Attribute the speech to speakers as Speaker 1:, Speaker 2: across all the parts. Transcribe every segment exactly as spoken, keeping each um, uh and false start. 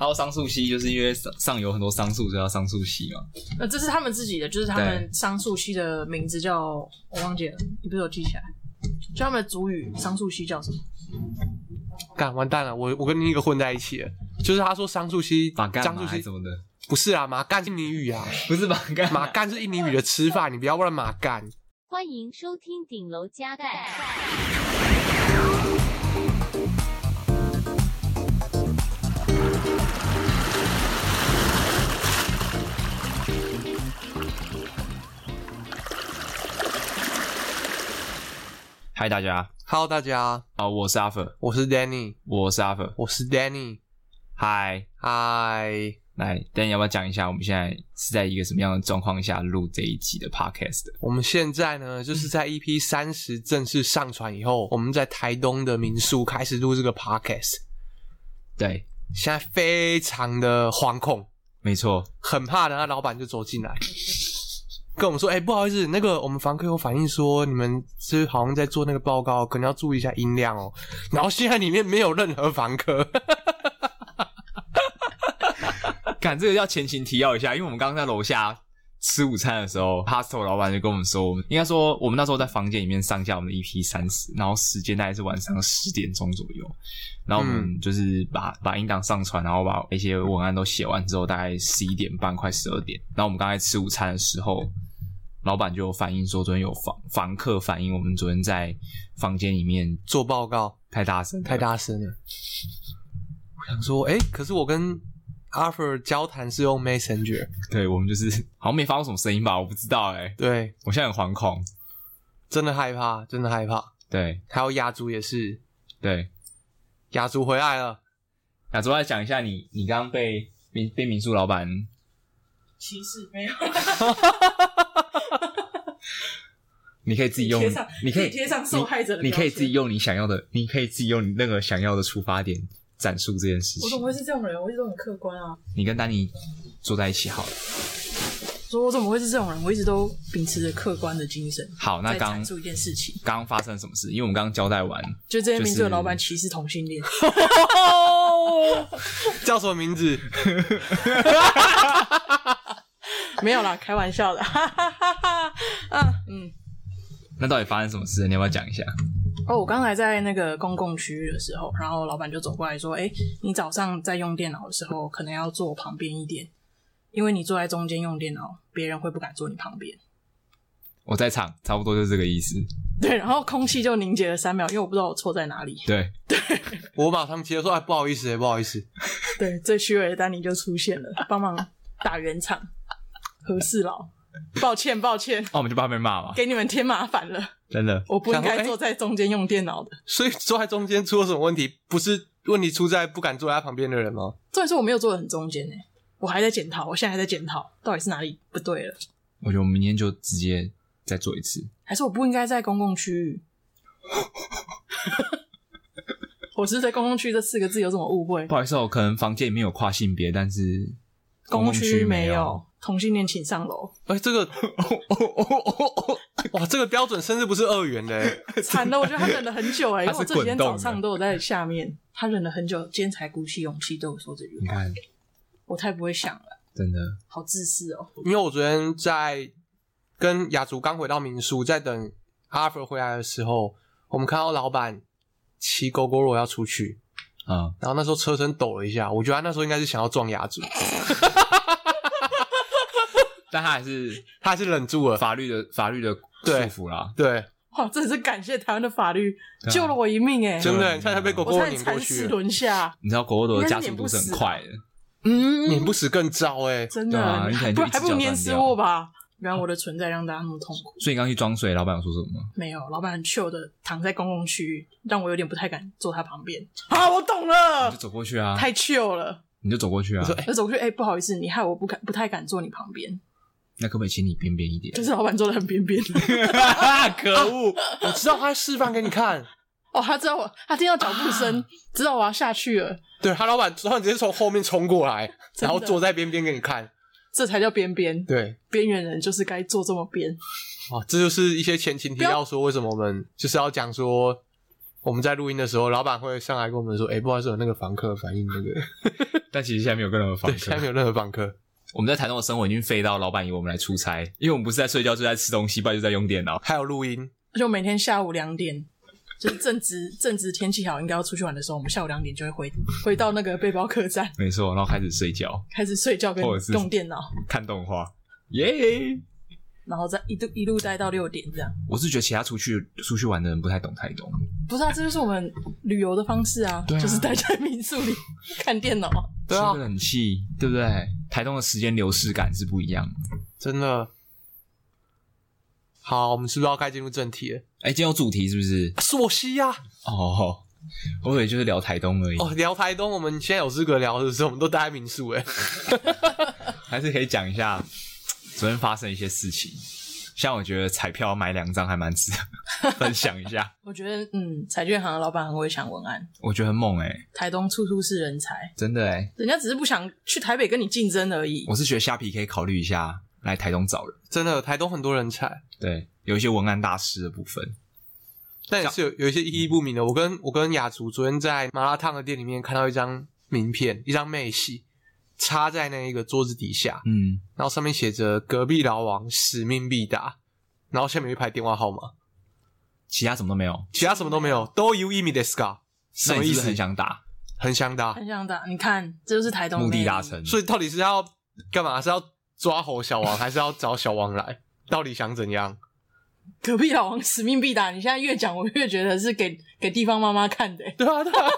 Speaker 1: 然后桑树溪就是因为上有很多桑树，所以叫桑树溪嘛。
Speaker 2: 呃，这是他们自己的，就是他们桑树溪的名字叫我忘记了，你不是有记起来？就他们的族语桑树溪叫什么？
Speaker 3: 干完蛋了，我我跟你一个混在一起了。就是他说桑树溪、
Speaker 1: 马干
Speaker 3: 樟树溪
Speaker 1: 什么的，
Speaker 3: 不是啊，马干是印尼语啊，
Speaker 1: 不是马干，
Speaker 3: 马干是印尼语的吃法，你不要乱马干。
Speaker 4: 欢迎收听顶楼加盖。
Speaker 1: 嗨，大家
Speaker 3: Hello， 大家
Speaker 1: 好，我是阿粉，
Speaker 3: 我是 Danny，
Speaker 1: 我是阿粉，
Speaker 3: 我是 Danny。
Speaker 1: 嗨
Speaker 3: 嗨，
Speaker 1: 来 Danny 要不要讲一下我们现在是在一个什么样的状况下录这一集的 podcast 的？
Speaker 3: 我们现在呢，就是在 E P 三十 正式上传以后，我们在台东的民宿开始录这个 podcast。
Speaker 1: 对，
Speaker 3: 现在非常的惶恐，
Speaker 1: 没错，
Speaker 3: 很怕等下老板就走进来跟我们说，哎、欸，不好意思，那个我们房客有反映说你们是好像在做那个报告，可能要注意一下音量哦。然后现在里面没有任何房客
Speaker 1: 干这个要前情提要一下，因为我们刚刚在楼下吃午餐的时候 hostel 老板就跟我们说，应该说我们那时候在房间里面上架我们的 E P 三十，然后时间大概是晚上十点钟左右，然后我们就是把、嗯、把音档上传，然后把一些文案都写完之后，大概十一点半快十二点，然后我们刚才吃午餐的时候，老板就有反映说昨天有房房客反映我们昨天在房间里面
Speaker 3: 做报告
Speaker 1: 太大声
Speaker 3: 太大声了。我想说，诶、欸、可是我跟Arthur 交谈是用 Messenger，
Speaker 1: 对，我们就是好像没发出什么声音吧，我不知道诶、欸、
Speaker 3: 对，
Speaker 1: 我现在很惶恐，
Speaker 3: 真的害怕，真的害怕。
Speaker 1: 对，
Speaker 3: 还有雅竹也是，
Speaker 1: 对，
Speaker 3: 雅竹回来了。
Speaker 1: 雅竹来讲一下你，你刚刚被民被民宿老板
Speaker 2: 歧视没有？
Speaker 1: 你可以自己用，你可以
Speaker 2: 贴上受害者的标签，
Speaker 1: 你可以自己用你想要的，你可以自己用你那个想要的出发点阐述这件事情。
Speaker 2: 我怎么会是这种人？我一直都很客观啊。
Speaker 1: 你跟丹尼坐在一起好了。
Speaker 2: 说我怎么会是这种人？我一直都秉持着客观的精神。
Speaker 1: 好，那刚
Speaker 2: 在阐述一件事情，
Speaker 1: 刚刚发生什么事？因为我们刚刚交代完，
Speaker 2: 就这间民宿的老板歧视同性恋，
Speaker 3: 叫什么名字？
Speaker 2: 没有啦，开玩笑的。啊，嗯。
Speaker 1: 那到底发生什么事？你要不要讲一下？
Speaker 2: 哦，我刚才在那个公共区域的时候，然后老板就走过来说：“哎，你早上在用电脑的时候，可能要坐旁边一点，因为你坐在中间用电脑，别人会不敢坐你旁边。”
Speaker 1: 我在场，差不多就是这个意思。
Speaker 2: 对，然后空气就凝结了三秒，因为我不知道我错在哪里。
Speaker 1: 对，
Speaker 2: 对，
Speaker 3: 我马上接着说：“哎，不好意思，哎，不好意思。”
Speaker 2: 对，最虚伪的丹尼就出现了，帮忙打圆场，和事佬。抱歉抱歉，
Speaker 1: 那、哦、我们就怕被骂嘛，
Speaker 2: 给你们添麻烦了，
Speaker 1: 真的，
Speaker 2: 我不应该坐在中间用电脑的。
Speaker 3: 所以坐在中间出了什么问题？不是问题出在不敢坐在他旁边的人吗？
Speaker 2: 重点是我没有坐得很中间诶，我还在检讨，我现在还在检讨，到底是哪里不对了。
Speaker 1: 我觉得我们明天就直接再做一次，
Speaker 2: 还是我不应该在公共区域？我是在公共区这四个字有什么误会？
Speaker 1: 不好意思，我可能房间里面有跨性别，但是
Speaker 2: 公共区没
Speaker 1: 有。
Speaker 2: 有同性恋请上楼。
Speaker 3: 哎、欸，这个哇，这个标准甚至不是二元的哎，
Speaker 2: 惨了！我觉得他忍了很久哎，因为我这几天早上都有在下面，他忍了很久，今天才鼓起勇气对我说这句话。
Speaker 1: 你看，
Speaker 2: 我太不会想了，
Speaker 1: 真的
Speaker 2: 好自私哦。
Speaker 3: 因为我昨天在跟雅竹刚回到民宿，在等 Arthur 回来的时候，我们看到老板骑狗狗肉要出去，
Speaker 1: 嗯，
Speaker 3: 然后那时候车身抖了一下，我觉得他那时候应该是想要撞雅竹。
Speaker 1: 但他还是
Speaker 3: 他还是忍住了
Speaker 1: 法律的法律的束缚啦。
Speaker 3: 对，
Speaker 2: 哇，真的是感谢台湾的法律救了我一命哎！
Speaker 3: 真的，你差点被狗狗碾过去，
Speaker 2: 我差点惨死轮下。
Speaker 1: 你知道狗狗的加速度是很快的，
Speaker 3: 嗯，碾不死更糟哎，
Speaker 2: 真的，
Speaker 1: 啊、你
Speaker 2: 不还不如碾死我吧？原来我的存在让大家那么痛苦。
Speaker 1: 所以你刚去装水，老板有说什么吗？
Speaker 2: 没有，老板很 chill 的躺在公共区域，让我有点不太敢坐他旁边。啊，我懂了，
Speaker 1: 你就走过去啊，
Speaker 2: 太 chill 了，
Speaker 1: 你就走过去啊，
Speaker 3: 我
Speaker 2: 就走过去，哎、欸，不好意思，你害我不敢不太敢坐你旁边。
Speaker 1: 那可不可以请你边边一点？
Speaker 2: 就是老板坐得很边边。
Speaker 1: 可恶！
Speaker 3: 我知道他示范给你看。
Speaker 2: 哦，他知道我，他听到脚步声，啊、知道我要下去了。
Speaker 3: 对，他老板，老板直接从后面冲过来，然后坐在边边给你看。
Speaker 2: 这才叫边边。
Speaker 3: 对，
Speaker 2: 边缘人就是该坐这么边。
Speaker 3: 哦，这就是一些前情提要说为什么我们就是要讲说我们在录音的时候，老板会上来跟我们说：“哎、欸，不好意思，有那个房客反映那个。”
Speaker 1: 但其实现在没有任何房
Speaker 3: 对，
Speaker 1: 客，
Speaker 3: 现在没有任何房客。
Speaker 1: 我们在台东的生活已经废到老板以为我们来出差，因为我们不是在睡觉，就是在吃东西，不然就在用电脑，
Speaker 3: 还有录音。
Speaker 2: 就每天下午两点，就是正值正值天气好，应该要出去玩的时候，我们下午两点就会回回到那个背包客栈，
Speaker 1: 没错，然后开始睡觉，
Speaker 2: 开始睡觉跟
Speaker 1: 或者是
Speaker 2: 用电脑，
Speaker 1: 看动画，耶！
Speaker 2: 然后再一路一路待到六点这样。
Speaker 1: 我是觉得其他出去出去玩的人不太懂台东，
Speaker 2: 不是啊，这就是我们旅游的方式啊，
Speaker 1: 对啊
Speaker 2: 就是待在民宿里看电脑。
Speaker 3: 对啊
Speaker 1: 吹个冷气，对不对？台东的时间流逝感是不一样的。
Speaker 3: 真的。好，我们是不是要该进入正题了？
Speaker 1: 哎，今天有主题是不是？
Speaker 3: 溯溪啊！
Speaker 1: 哦，我以为就是聊台东而已。
Speaker 3: 哦，聊台东，我们现在有资格聊的时候，我们都待在民宿哎。
Speaker 1: 还是可以讲一下昨天发生一些事情。像我觉得彩票买两张还蛮值得分享一下。
Speaker 2: 我觉得，嗯，彩券行的老板很会想文案，
Speaker 1: 我觉得很猛诶、欸、
Speaker 2: 台东处处是人才，
Speaker 1: 真的诶、欸、
Speaker 2: 人家只是不想去台北跟你竞争而已。
Speaker 1: 我是觉得虾皮可以考虑一下来台东找人，
Speaker 3: 真的，台东很多人才，
Speaker 1: 对，有一些文案大师的部分，
Speaker 3: 但也是有有一些意义不明的。我跟我跟雅竹昨天在麻辣烫的店里面看到一张名片，一张妹系插在那一个桌子底下，
Speaker 1: 嗯，
Speaker 3: 然后上面写着隔壁老王使命必达，然后下面有一排电话号码，
Speaker 1: 其他什么都没有，
Speaker 3: 其他什么都没有，都有意味的 scar， 什么意思？
Speaker 1: 那你是不是很想打，
Speaker 3: 很想打，
Speaker 2: 很想打。你看，这就是台东的
Speaker 1: 目的
Speaker 2: 魅力
Speaker 1: 达成，
Speaker 3: 所以到底是要干嘛？是要抓猴小王，还是要找小王来？到底想怎样？
Speaker 2: 隔壁老王使命必达，你现在越讲，我越觉得是给给地方妈妈看的、欸。
Speaker 3: 对啊，对啊，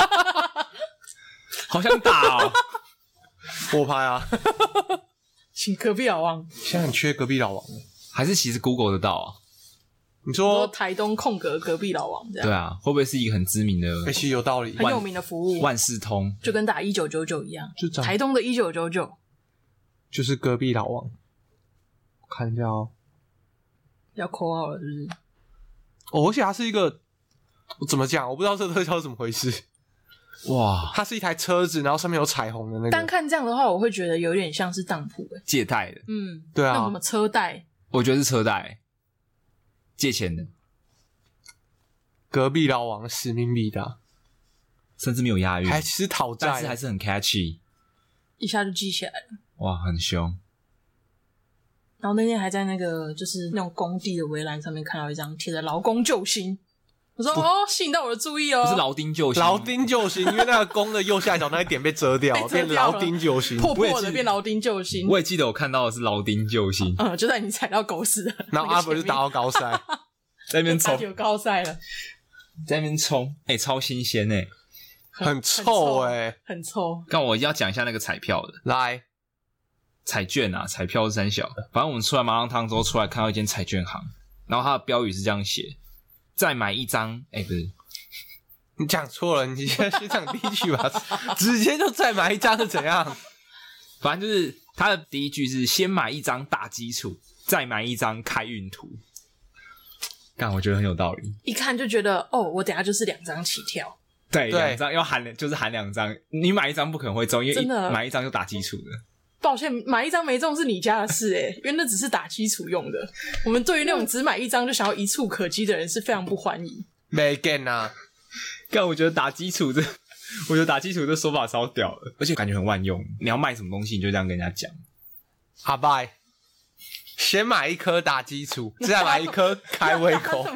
Speaker 1: 好想打哦。
Speaker 3: 我拍啊！
Speaker 2: 请隔壁老王。
Speaker 3: 现在很缺隔壁老王，
Speaker 1: 还是其实 Google 得到啊？
Speaker 3: 你
Speaker 2: 说
Speaker 3: 说，
Speaker 2: 台东空格隔壁老王这样，
Speaker 1: 对啊，会不会是一个很知名的
Speaker 3: 哎、其实有道理，
Speaker 2: 很有名的服务，
Speaker 1: 万事通？
Speaker 2: 就跟打一九九九一样，
Speaker 3: 就长
Speaker 2: 台东的一九九九
Speaker 3: 就是隔壁老王。我看一下哦，
Speaker 2: 要扣号了，是不是？
Speaker 3: 哦，而且它是一个怎么讲？我不知道这个特效是怎么回事。
Speaker 1: 哇，
Speaker 3: 它是一台车子，然后上面有彩虹的那
Speaker 2: 单
Speaker 3: 个。
Speaker 2: 看这样的话，我会觉得有点像是当铺诶。
Speaker 1: 借贷的，
Speaker 2: 嗯，
Speaker 3: 对啊
Speaker 2: 那种什么车贷，
Speaker 1: 我觉得是车贷，借钱的，
Speaker 3: 隔壁老王使命必达，
Speaker 1: 甚至没有押韵，
Speaker 3: 还是讨债，
Speaker 1: 但是还是很 catchy，
Speaker 2: 一下就记起来了。
Speaker 1: 哇，很凶。
Speaker 2: 然后那天还在那个就是那种工地的围栏上面看到一张贴着劳工救星，我说哦，吸引到我的注意哦，
Speaker 1: 不是劳丁救星，
Speaker 3: 劳丁救星，因为那个弓的右下角那一点被遮掉，
Speaker 2: 被遮
Speaker 3: 变
Speaker 2: 掉了
Speaker 3: 劳丁救星。
Speaker 2: 破破
Speaker 1: 我也记得
Speaker 2: 的变劳丁救星，
Speaker 1: 我也记得我看到的是劳丁救星，
Speaker 2: 嗯，就在你踩到狗屎的，
Speaker 3: 然后阿伯就打到高赛，
Speaker 1: 在那边冲，
Speaker 2: 有高赛了，
Speaker 1: 在那边冲，哎、欸，超新鲜哎、欸！
Speaker 3: 很臭哎、欸，
Speaker 2: 很臭。
Speaker 1: 刚我要讲一下那个彩票的
Speaker 3: 来，
Speaker 1: 彩券啊，彩票是三小，反正我们出来麻辣烫之后出来看到一间彩券行，然后它的标语是这样写：再买一张，哎、欸，不是。
Speaker 3: 你讲错了，你现在欣赏第一句吧，直接就再买一张是怎样？
Speaker 1: 反正就是它的第一句是先买一张大基础，再买一张开运图。干，我觉得很有道理。
Speaker 2: 一看就觉得哦，我等一下就是两张起跳。
Speaker 1: 对，
Speaker 3: 对
Speaker 1: 两张要含，就是含两张。你买一张不可能会中，因为一
Speaker 2: 真的
Speaker 1: 买一张就打基础的。
Speaker 2: 抱歉，买一张没中是你家的事诶，因为那只是打基础用的。我们对于那种只买一张就想要一触可及的人是非常不欢迎。
Speaker 3: 没见啊，
Speaker 1: 干，我觉得打基础这，我觉得打基础这说法超屌的，而且感觉很万用。你要卖什么东西，你就这样跟人家讲。
Speaker 3: 阿拜，先买一颗打基础，再买一颗开胃口。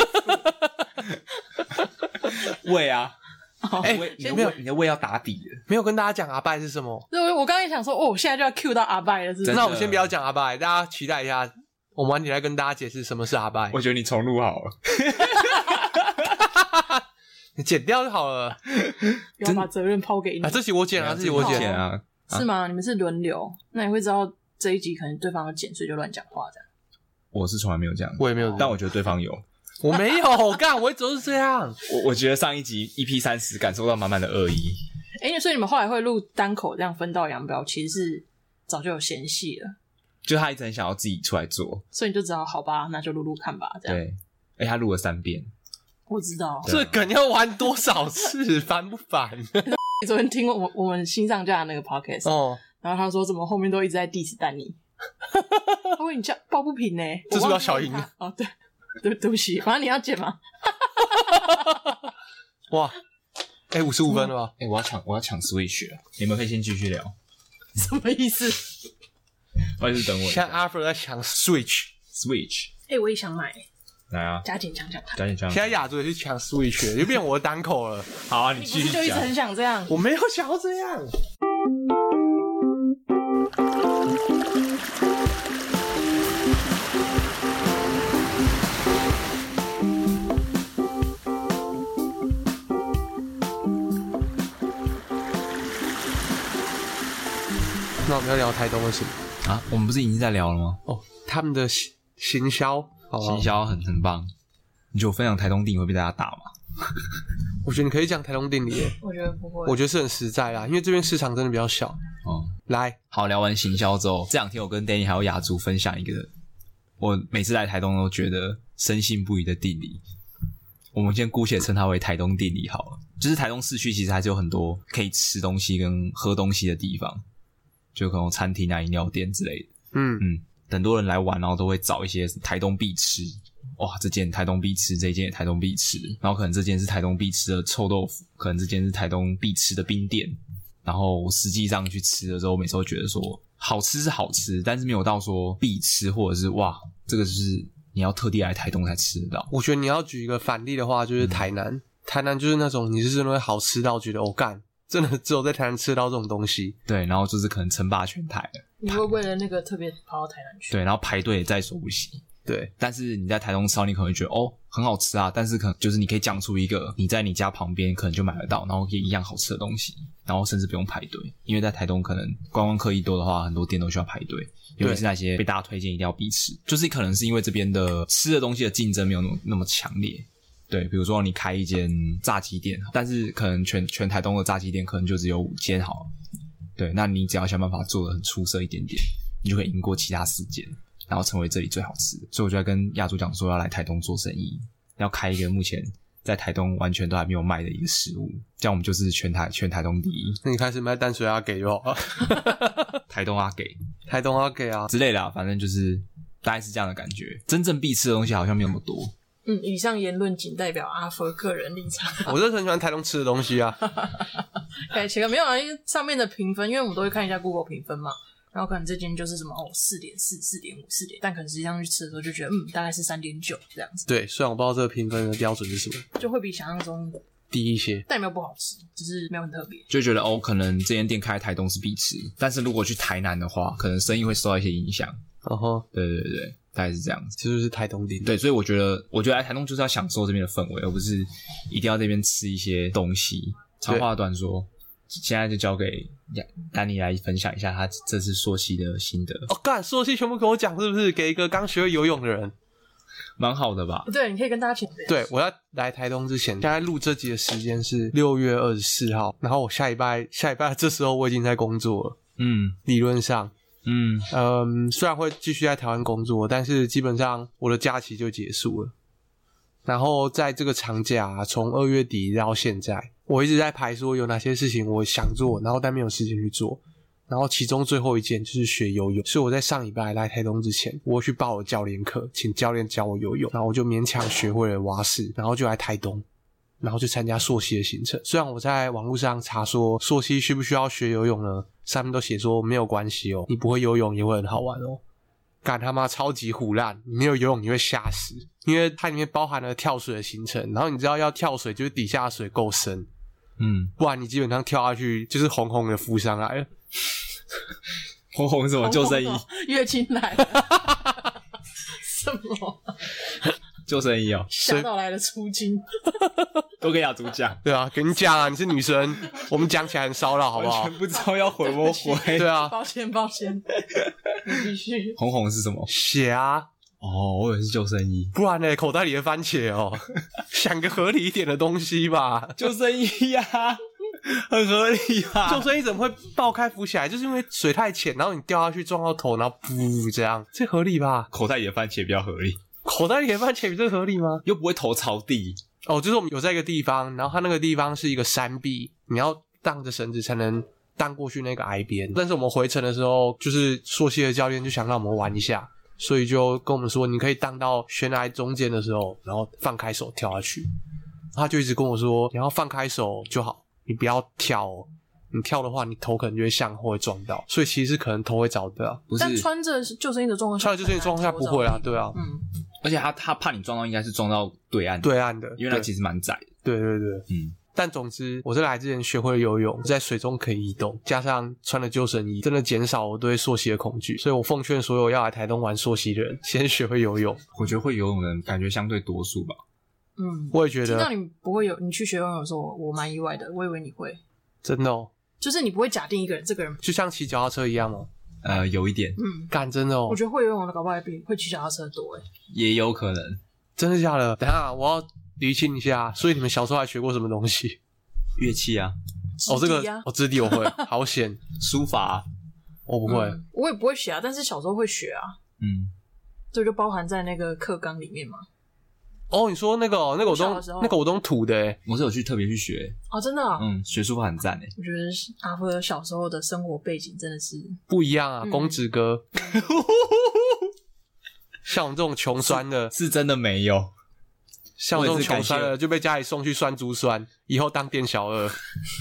Speaker 1: 胃啊，哎、
Speaker 2: 哦
Speaker 1: 胃，你的胃，你的胃要打底的。
Speaker 3: 没有跟大家讲阿拜是什么？
Speaker 2: 对，我刚才也想说，哦，现在就要 cue 到阿拜了，是不是
Speaker 1: 真？的
Speaker 3: 那我们先不要讲阿拜，大家期待一下，我们晚点来跟大家解释什么是阿拜。
Speaker 1: 我觉得你重录好了。
Speaker 3: 你剪掉就好了
Speaker 2: 不要把责任抛给你。
Speaker 3: 啊！这集我剪啊，这集我
Speaker 1: 剪
Speaker 3: 剪。
Speaker 1: 啊，
Speaker 2: 是吗？你们是轮流，那你会知道这一集可能对方有剪，所以就乱讲话这样。
Speaker 1: 我是从来没有这样，
Speaker 3: 我也没有，
Speaker 1: 但我觉得对方有。
Speaker 3: 我没有干，我一直都是这样。
Speaker 1: 我我觉得上一集 E P 三十感受到满满的恶意。
Speaker 2: 哎、欸，所以你们后来会录单口这样分道扬镳，其实是早就有嫌隙了，
Speaker 1: 就他一直很想要自己出来做，
Speaker 2: 所以你就知道好吧，那就录录看吧，这样。
Speaker 1: 对，而且他录了三遍。
Speaker 2: 我知道。
Speaker 3: 这梗要玩多少次，烦不烦？
Speaker 2: 昨天听我我们新上架的那个 podcast，、
Speaker 3: 哦，
Speaker 2: 然后他说怎么后面都一直在 diss 丹尼，他说你这样抱不平呢、欸，
Speaker 3: 这是不是要小赢
Speaker 2: 哦，对，对对不起，反正你要剪嘛。
Speaker 3: 哇，哎、欸，五十五分了吧？
Speaker 1: 哎、欸，我要抢，我要抢 Switch 了，你们可以先继续聊。
Speaker 2: 什么意思？
Speaker 1: 不好意思，等我。
Speaker 3: 现在 Arthur 在抢 Switch，Switch，
Speaker 2: 哎、欸，我也想买，
Speaker 1: 来啊，
Speaker 2: 加紧抢抢看，
Speaker 1: 加紧抢。
Speaker 3: 现在亚洲也去抢 Switch， 就变我的单口了。
Speaker 1: 好啊，你
Speaker 2: 你
Speaker 1: 继续
Speaker 2: 不是就一直
Speaker 1: 讲。
Speaker 2: 很想这样？
Speaker 3: 我没有想要这样。那我们要聊台东的什么
Speaker 1: 啊？我们不是已经在聊了吗？
Speaker 3: 哦，他们的行行销，好不好
Speaker 1: 行销很很棒。你觉得我分享台东电影会被大家打吗？
Speaker 3: 我觉得你可以讲台东电影耶，
Speaker 2: 我觉得不会。
Speaker 3: 我觉得是很实在啦，因为这边市场真的比较小。
Speaker 1: 哦，
Speaker 3: 来，
Speaker 1: 好，聊完行销之后，这两天我跟 Danny 还有雅竹分享一个，我每次来台东都觉得深信不疑的定理。我们先姑且称它为台东定理好了。就是台东市区其实还是有很多可以吃东西跟喝东西的地方。就可能有餐厅啊、饮料店之类的，
Speaker 3: 嗯
Speaker 1: 嗯，很多人来玩，然后都会找一些台东必吃，哇，这间台东必吃，这间也台东必吃，然后可能这间是台东必吃的臭豆腐，可能这间是台东必吃的冰店，然后我实际上去吃的时候，我每次都觉得说，好吃是好吃，但是没有到说必吃，或者是哇，这个就是你要特地来台东才吃得到。
Speaker 3: 我觉得你要举一个反例的话，就是台南，嗯、台南就是那种你是真的会好吃到觉得哦干。真的只有在台南吃到这种东西，
Speaker 1: 对，然后就是可能称霸全台了。
Speaker 2: 你会为了那个特别跑到台南去？
Speaker 1: 对，然后排队也在所不惜。
Speaker 3: 对，
Speaker 1: 但是你在台东吃到，你可能会觉得哦很好吃啊，但是可能就是你可以讲出一个你在你家旁边可能就买得到，然后也一样好吃的东西，然后甚至不用排队，因为在台东可能观光客一多的话，很多店都需要排队，尤其是那些被大家推荐一定要必吃，就是可能是因为这边的吃的东西的竞争没有那么那么强烈。对，比如说你开一间炸鸡店，但是可能全全台东的炸鸡店可能就只有五间好了。对，那你只要想办法做得很出色一点点，你就可以赢过其他四间，然后成为这里最好吃的。所以我就在跟亚洲讲说要来台东做生意，要开一个目前在台东完全都还没有卖的一个食物，这样我们就是全台全台东第一。
Speaker 3: 那你开始卖淡水阿给就好了。
Speaker 1: 台东阿给，
Speaker 3: 台东阿给啊
Speaker 1: 之类的啊，反正就是大概是这样的感觉。真正必吃的东西好像没有那么多。
Speaker 2: 嗯，以上言论仅代表阿佛个人立场。
Speaker 3: 我真的很喜欢台东吃的东西啊。
Speaker 2: 可以切个没有啊，因为上面的评分，因为我们都会看一下 Google 评分嘛，然后可能这间就是什么哦四点四、四点五、四点，但可能实际上去吃的时候就觉得嗯大概是三点九这样子。
Speaker 3: 对，虽然我不知道这个评分的标准是什么，
Speaker 2: 就会比想象中
Speaker 3: 低一些，
Speaker 2: 但也没有不好吃，只是没有很特别。
Speaker 1: 就觉得哦，可能这间店开台东是必吃，但是如果去台南的话，可能生意会受到一些影响。
Speaker 3: 哦吼，
Speaker 1: 对对对，大概是这样子。
Speaker 3: 这就是台东店。
Speaker 1: 对，所以我觉得，我觉得来台东就是要享受这边的氛围，而不是一定要这边吃一些东西。长话短说，现在就交给丹尼来分享一下他这次溯溪的心得。
Speaker 3: 哦，干，溯溪全部跟我讲，是不是？给一个刚学会游泳的人，
Speaker 1: 蛮好的吧？
Speaker 2: 对，你可以跟大家讲。
Speaker 3: 对，我要来台东之前，现在录这集的时间是六月二十四号，然后我下礼拜下礼拜这时候我已经在工作了。
Speaker 1: 嗯，
Speaker 3: 理论上。
Speaker 1: 嗯
Speaker 3: 嗯，虽然会继续在台湾工作，但是基本上我的假期就结束了。然后在这个长假，从二月底到现在，我一直在排说有哪些事情我想做，然后但没有时间去做。然后其中最后一件就是学游泳，所以我在上礼拜来台东之前，我去报了教练课，请教练教我游泳，然后我就勉强学会了蛙式，然后就来台东。然后去参加溯溪的行程。虽然我在网络上查说溯溪需不需要学游泳呢，上面都写说没有关系哦，你不会游泳也会很好玩哦。干他妈超级唬烂，你没有游泳你会吓死，因为它里面包含了跳水的行程，然后你知道要跳水就是底下的水够深，
Speaker 1: 嗯，
Speaker 3: 不然你基本上跳下去就是红红的浮上来了。
Speaker 1: 红红是什么救生衣？
Speaker 2: 月经来了什么？
Speaker 1: 救生衣哦，
Speaker 2: 吓到来了出金，
Speaker 1: 都跟雅竹讲。
Speaker 3: 对啊，跟你讲啊，你是女生，我们讲起来很骚扰，好不好？
Speaker 1: 完全不知道要回不回。
Speaker 3: 对啊，
Speaker 2: 抱歉抱歉，你必须。
Speaker 1: 红红是什么？
Speaker 3: 血啊！
Speaker 1: 哦，我以为是救生衣，
Speaker 3: 不然呢？口袋里的番茄哦，想个合理一点的东西吧。
Speaker 1: 救生衣呀、啊，很合理吧？
Speaker 3: 救生衣怎么会爆开浮起来？就是因为水太浅，然后你掉下去撞到头，然后噗这样，这合理吧？
Speaker 1: 口袋里的番茄比较合理。
Speaker 3: 口袋里的番茄比这合理吗？
Speaker 1: 又不会头朝地。
Speaker 3: 哦，就是我们有在一个地方，然后它那个地方是一个山壁，你要荡着绳子才能荡过去那个崖边。但是我们回程的时候，就是溯溪的教练就想让我们玩一下，所以就跟我们说，你可以荡到悬崖中间的时候，然后放开手跳下去。 他就一直跟我说，你要放开手就好，你不要跳哦。你跳的话，你头可能就会向后会撞到，所以其实可能头会着的、啊。
Speaker 1: 不是
Speaker 2: 但穿着救生衣的状况下，
Speaker 3: 穿着救生衣状况下不会啊，对啊，
Speaker 2: 嗯，
Speaker 1: 而且他他怕你撞到，应该是撞到对岸
Speaker 3: 对岸的，
Speaker 1: 因为那其实蛮窄的。
Speaker 3: 对对对，
Speaker 1: 嗯。
Speaker 3: 但总之，我在来之前学会了游泳，在水中可以移动，加上穿了救生衣，真的减少我对溯溪的恐惧。所以我奉劝所有要来台东玩溯溪的人，先学会游泳。
Speaker 1: 我觉得会游泳的人感觉相对多数吧。
Speaker 2: 嗯，
Speaker 3: 我也觉得。
Speaker 2: 听到你不会游，你去学游泳的时候，我蛮意外的，我以为你会。
Speaker 3: 真的哦。
Speaker 2: 就是你不会假定一个人，这个人
Speaker 3: 就像骑脚踏车一样吗？
Speaker 1: 呃，有一点。
Speaker 2: 嗯，
Speaker 3: 干真的哦。
Speaker 2: 我觉得会游泳的搞不好还比会骑脚踏车多诶。
Speaker 1: 也有可能。
Speaker 3: 真的假的？等一下我要厘清一下，所以你们小时候还学过什么东西？
Speaker 1: 乐器啊。
Speaker 3: 哦，这个
Speaker 2: 啊、
Speaker 3: 哦，肢体我会，好险。
Speaker 1: 书法、啊、
Speaker 3: 我不会、
Speaker 2: 嗯，我也不会写啊，但是小时候会学啊。
Speaker 1: 嗯，
Speaker 2: 这就包含在那个课纲里面嘛。
Speaker 3: 哦，你说那个、哦、那个我都那个我都土的诶，
Speaker 1: 我是有去特别去学
Speaker 2: 哦，真的啊，
Speaker 1: 嗯，学书法很赞诶。
Speaker 2: 我觉得阿福的小时候的生活背景真的是
Speaker 3: 不一样啊，
Speaker 2: 嗯、
Speaker 3: 公子哥，像我们这种穷酸的，
Speaker 1: 是真的没有。
Speaker 3: 像我这种穷酸的就被家里送去酸珠酸，以后当店小二。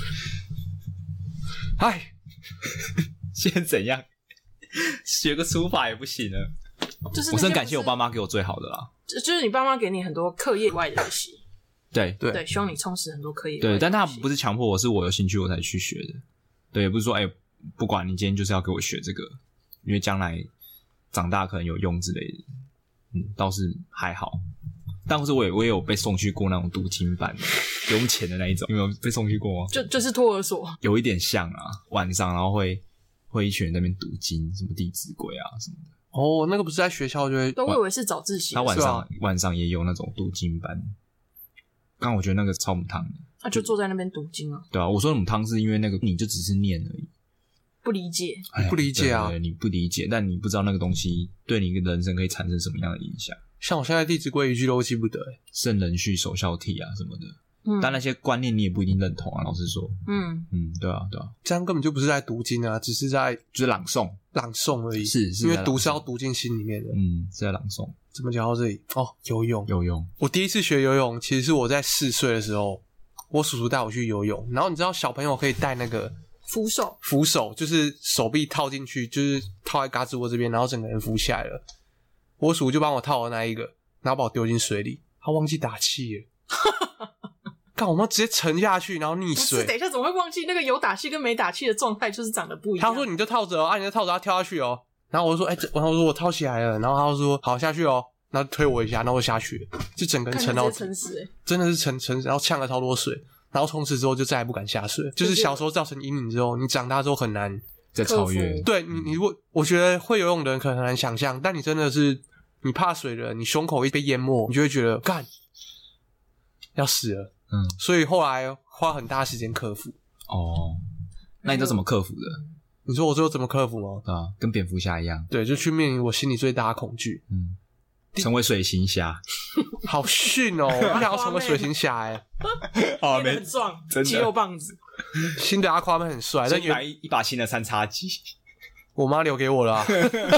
Speaker 3: 唉，
Speaker 1: 现在怎样？学个书法也不行了。
Speaker 2: 就是
Speaker 1: 我是很感谢我爸妈给我最好的啦。
Speaker 2: 就是你爸妈给你很多课业以外的学习，
Speaker 1: 对
Speaker 3: 对
Speaker 2: 对，希望你充实很多课业以外的
Speaker 1: 对，但他不是强迫我，是我有兴趣我才去学的。对，也不是说哎、欸，不管你今天就是要给我学这个，因为将来长大可能有用之类的。嗯，倒是还好。但是我也我也有被送去过那种读经班的，不用钱的那一种，你有没有被送去过吗？
Speaker 2: 就就是托儿所，
Speaker 1: 有一点像啊，晚上然后会会一群人在那边读经，什么弟子规啊什么的。
Speaker 3: 哦，那个不是在学校就会，
Speaker 2: 都我以为是早自习。
Speaker 1: 他晚上晚上也有那种读经班，刚我觉得那个超母汤的，
Speaker 2: 他、啊、就坐在那边读经啊。
Speaker 1: 对啊，我说母汤是因为那个你就只是念而已，
Speaker 2: 不理解，
Speaker 3: 你不理解啊，
Speaker 1: 对对对，你不理解，但你不知道那个东西对你人生可以产生什么样的影响。
Speaker 3: 像我现在弟子规一句都记不得，
Speaker 1: 圣人训、首孝悌啊什么的。
Speaker 2: 嗯，
Speaker 1: 但那些观念你也不一定认同啊，老实说。
Speaker 2: 嗯
Speaker 1: 嗯，对啊，对啊，
Speaker 3: 这样根本就不是在读经啊，只是在
Speaker 1: 就是朗诵，
Speaker 3: 朗诵而已。
Speaker 1: 是是，
Speaker 3: 因为读是要读进心里面的。
Speaker 1: 嗯，是在朗诵。
Speaker 3: 怎么讲到这里？哦，游泳，
Speaker 1: 游泳。
Speaker 3: 我第一次学游泳，其实是我在四岁的时候，我叔叔带我去游泳。然后你知道小朋友可以带那个
Speaker 2: 扶手，
Speaker 3: 扶手就是手臂套进去，就是套在胳肢窝这边，然后整个人浮起来了。我叔叔就帮我套了那一个，然后把我丢进水里，他忘记打气了。干，我们直接沉下去，然后溺水。
Speaker 2: 不是，等一下怎么会忘记那个有打气跟没打气的状态就是长得不一样？
Speaker 3: 他说你就套着哦，啊你就套着，他跳下去哦。然后我就说，哎、欸，然后我说我套起来了，然后他就说好下去哦，然后推我一下，然后我下去了，就整个人沉到底，
Speaker 2: 沉死、欸，
Speaker 3: 真的是沉沉，然后呛了超多水，然后从此之后就再也不敢下水。就是小时候造成阴影之后，你长大之后很难
Speaker 1: 再超越。
Speaker 3: 对你，你我我觉得会游泳的人可能很难想象，但你真的是你怕水的人，你胸口一被淹没，你就会觉得干要死了。嗯，所以后来花很大时间克服。
Speaker 1: 哦，那你都怎么克服的？
Speaker 3: 你说我最后怎么克服吗？
Speaker 1: 对啊，跟蝙蝠侠一样。
Speaker 3: 对，就去面临我心里最大的恐惧。
Speaker 1: 嗯，成为水行侠，
Speaker 3: 好逊哦！我想要成为水行侠哎、
Speaker 2: 欸，哦，没很壮，肌肉棒子。
Speaker 3: 新的阿夸妹很帅，但
Speaker 1: 买一把新的三叉戟，
Speaker 3: 我妈留给我了、啊。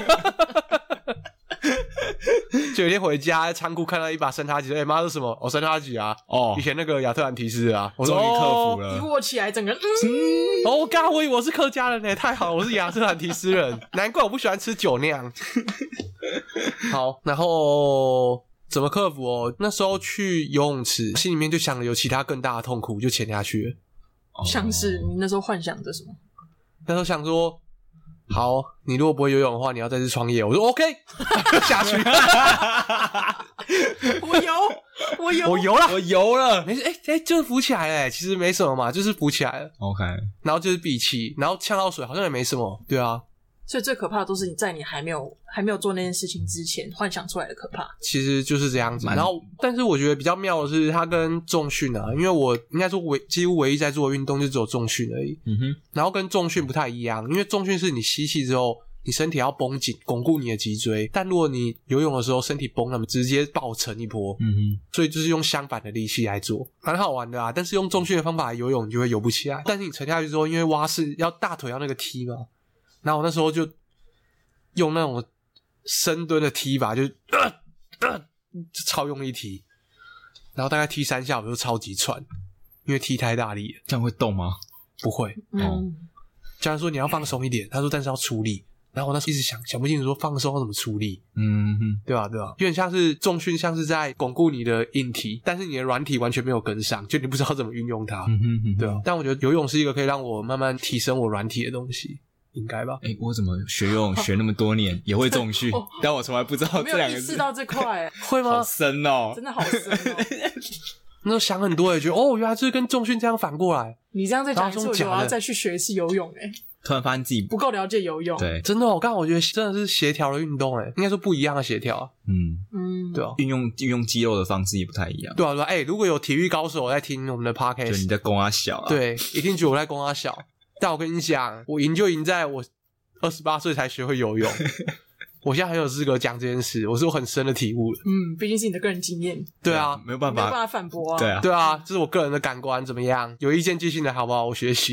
Speaker 3: 就有一天回家，在仓库看到一把三叉戟，哎、欸、妈，这是什么？哦，三叉戟啊！哦，以前那个亚特兰提斯啊，我
Speaker 1: 终于克服了。
Speaker 2: 一握起来，整个人，
Speaker 3: 嗯，哦，刚刚我以为我是客家人呢，太好了，我是亚特兰提斯人，难怪我不喜欢吃酒酿。好，然后怎么克服哦？那时候去游泳池，心里面就想了有其他更大的痛苦，就潜下去了。
Speaker 2: 哦、像是你那时候幻想着什么？
Speaker 3: 那时候想说。好，你如果不会游泳的话，你要再次创业。我说 OK， 下去。
Speaker 2: 我游，我游，
Speaker 3: 我游了，
Speaker 1: 我游了，
Speaker 3: 没事，哎、欸、哎、欸，就是浮起来了、欸，其实没什么嘛，就是浮起来了。
Speaker 1: OK，
Speaker 3: 然后就是闭气，然后呛到水，好像也没什么。对啊，
Speaker 2: 所以最可怕的都是你在你还没有还没有做那件事情之前幻想出来的可怕。
Speaker 3: 其实就是这样子。然后，但是我觉得比较妙的是，它跟重训啊，因为我应该说唯几乎唯一在做的运动就只有重训而已。
Speaker 1: 嗯哼。然
Speaker 3: 后跟重训不太一样，因为重训是你吸气之后，你身体要绷紧，巩固你的脊椎。但如果你游泳的时候身体绷，那么直接爆沉一波。
Speaker 1: 嗯哼。
Speaker 3: 所以就是用相反的力气来做，蛮好玩的啊。但是用重训的方法来游泳，你就会游不起来。但是你沉下去之后，因为蛙式要大腿要那个踢嘛，然后我那时候就用那种深蹲的踢法，就、呃呃、就超用力踢。 然后大概踢三下我就超级喘，因为踢太大力了。
Speaker 1: 这样会动吗？
Speaker 3: 不会。
Speaker 2: 嗯，
Speaker 3: 教练说你要放松一点，他说但是要出力。然后我那时候一直想想不清楚说放松要怎么出力，
Speaker 1: 嗯哼，
Speaker 3: 对吧、啊？对吧、啊？有点像是重训，像是在巩固你的硬体，但是你的软体完全没有跟上，就你不知道怎么运用它，
Speaker 1: 嗯哼哼，
Speaker 3: 对吧、啊？但我觉得游泳是一个可以让我慢慢提升我软体的东西，应该吧？
Speaker 1: 哎、欸，我怎么学游泳学那么多年，也会重训，但我从来不知道
Speaker 2: 没
Speaker 1: 这两个字。
Speaker 2: 有意识到这块，
Speaker 3: 会吗？
Speaker 1: 好深哦，
Speaker 2: 真的好深哦。
Speaker 3: 那时候想很多也觉得哦，原来这是跟重训这样反过来。
Speaker 2: 你这样再讲一次，我觉得我要再去学一次游泳哎。
Speaker 1: 突然发现自己
Speaker 2: 不够了解游泳，
Speaker 1: 对，
Speaker 3: 真的、哦，我刚刚我觉得真的是协调的运动，诶应该说不一样的协调，
Speaker 1: 嗯
Speaker 2: 嗯，
Speaker 3: 对啊，
Speaker 1: 运用运用肌肉的方式也不太一样，
Speaker 3: 对啊，对啊，哎、欸，如果有体育高手在听我们的 podcast，
Speaker 1: 就你在攻他小、啊，
Speaker 3: 对，一定觉得我在攻他小，但我跟你讲，我赢就赢在我二十八岁才学会游泳，我现在很有资格讲这件事，我是有很深的体悟的，
Speaker 2: 嗯，毕竟是你的个人经验，
Speaker 3: 对啊，
Speaker 1: 没有办法，
Speaker 2: 没有办法反驳啊，
Speaker 1: 对啊，
Speaker 3: 对啊，这是我个人的感官，怎么样？有意见寄信的好不好？我学习。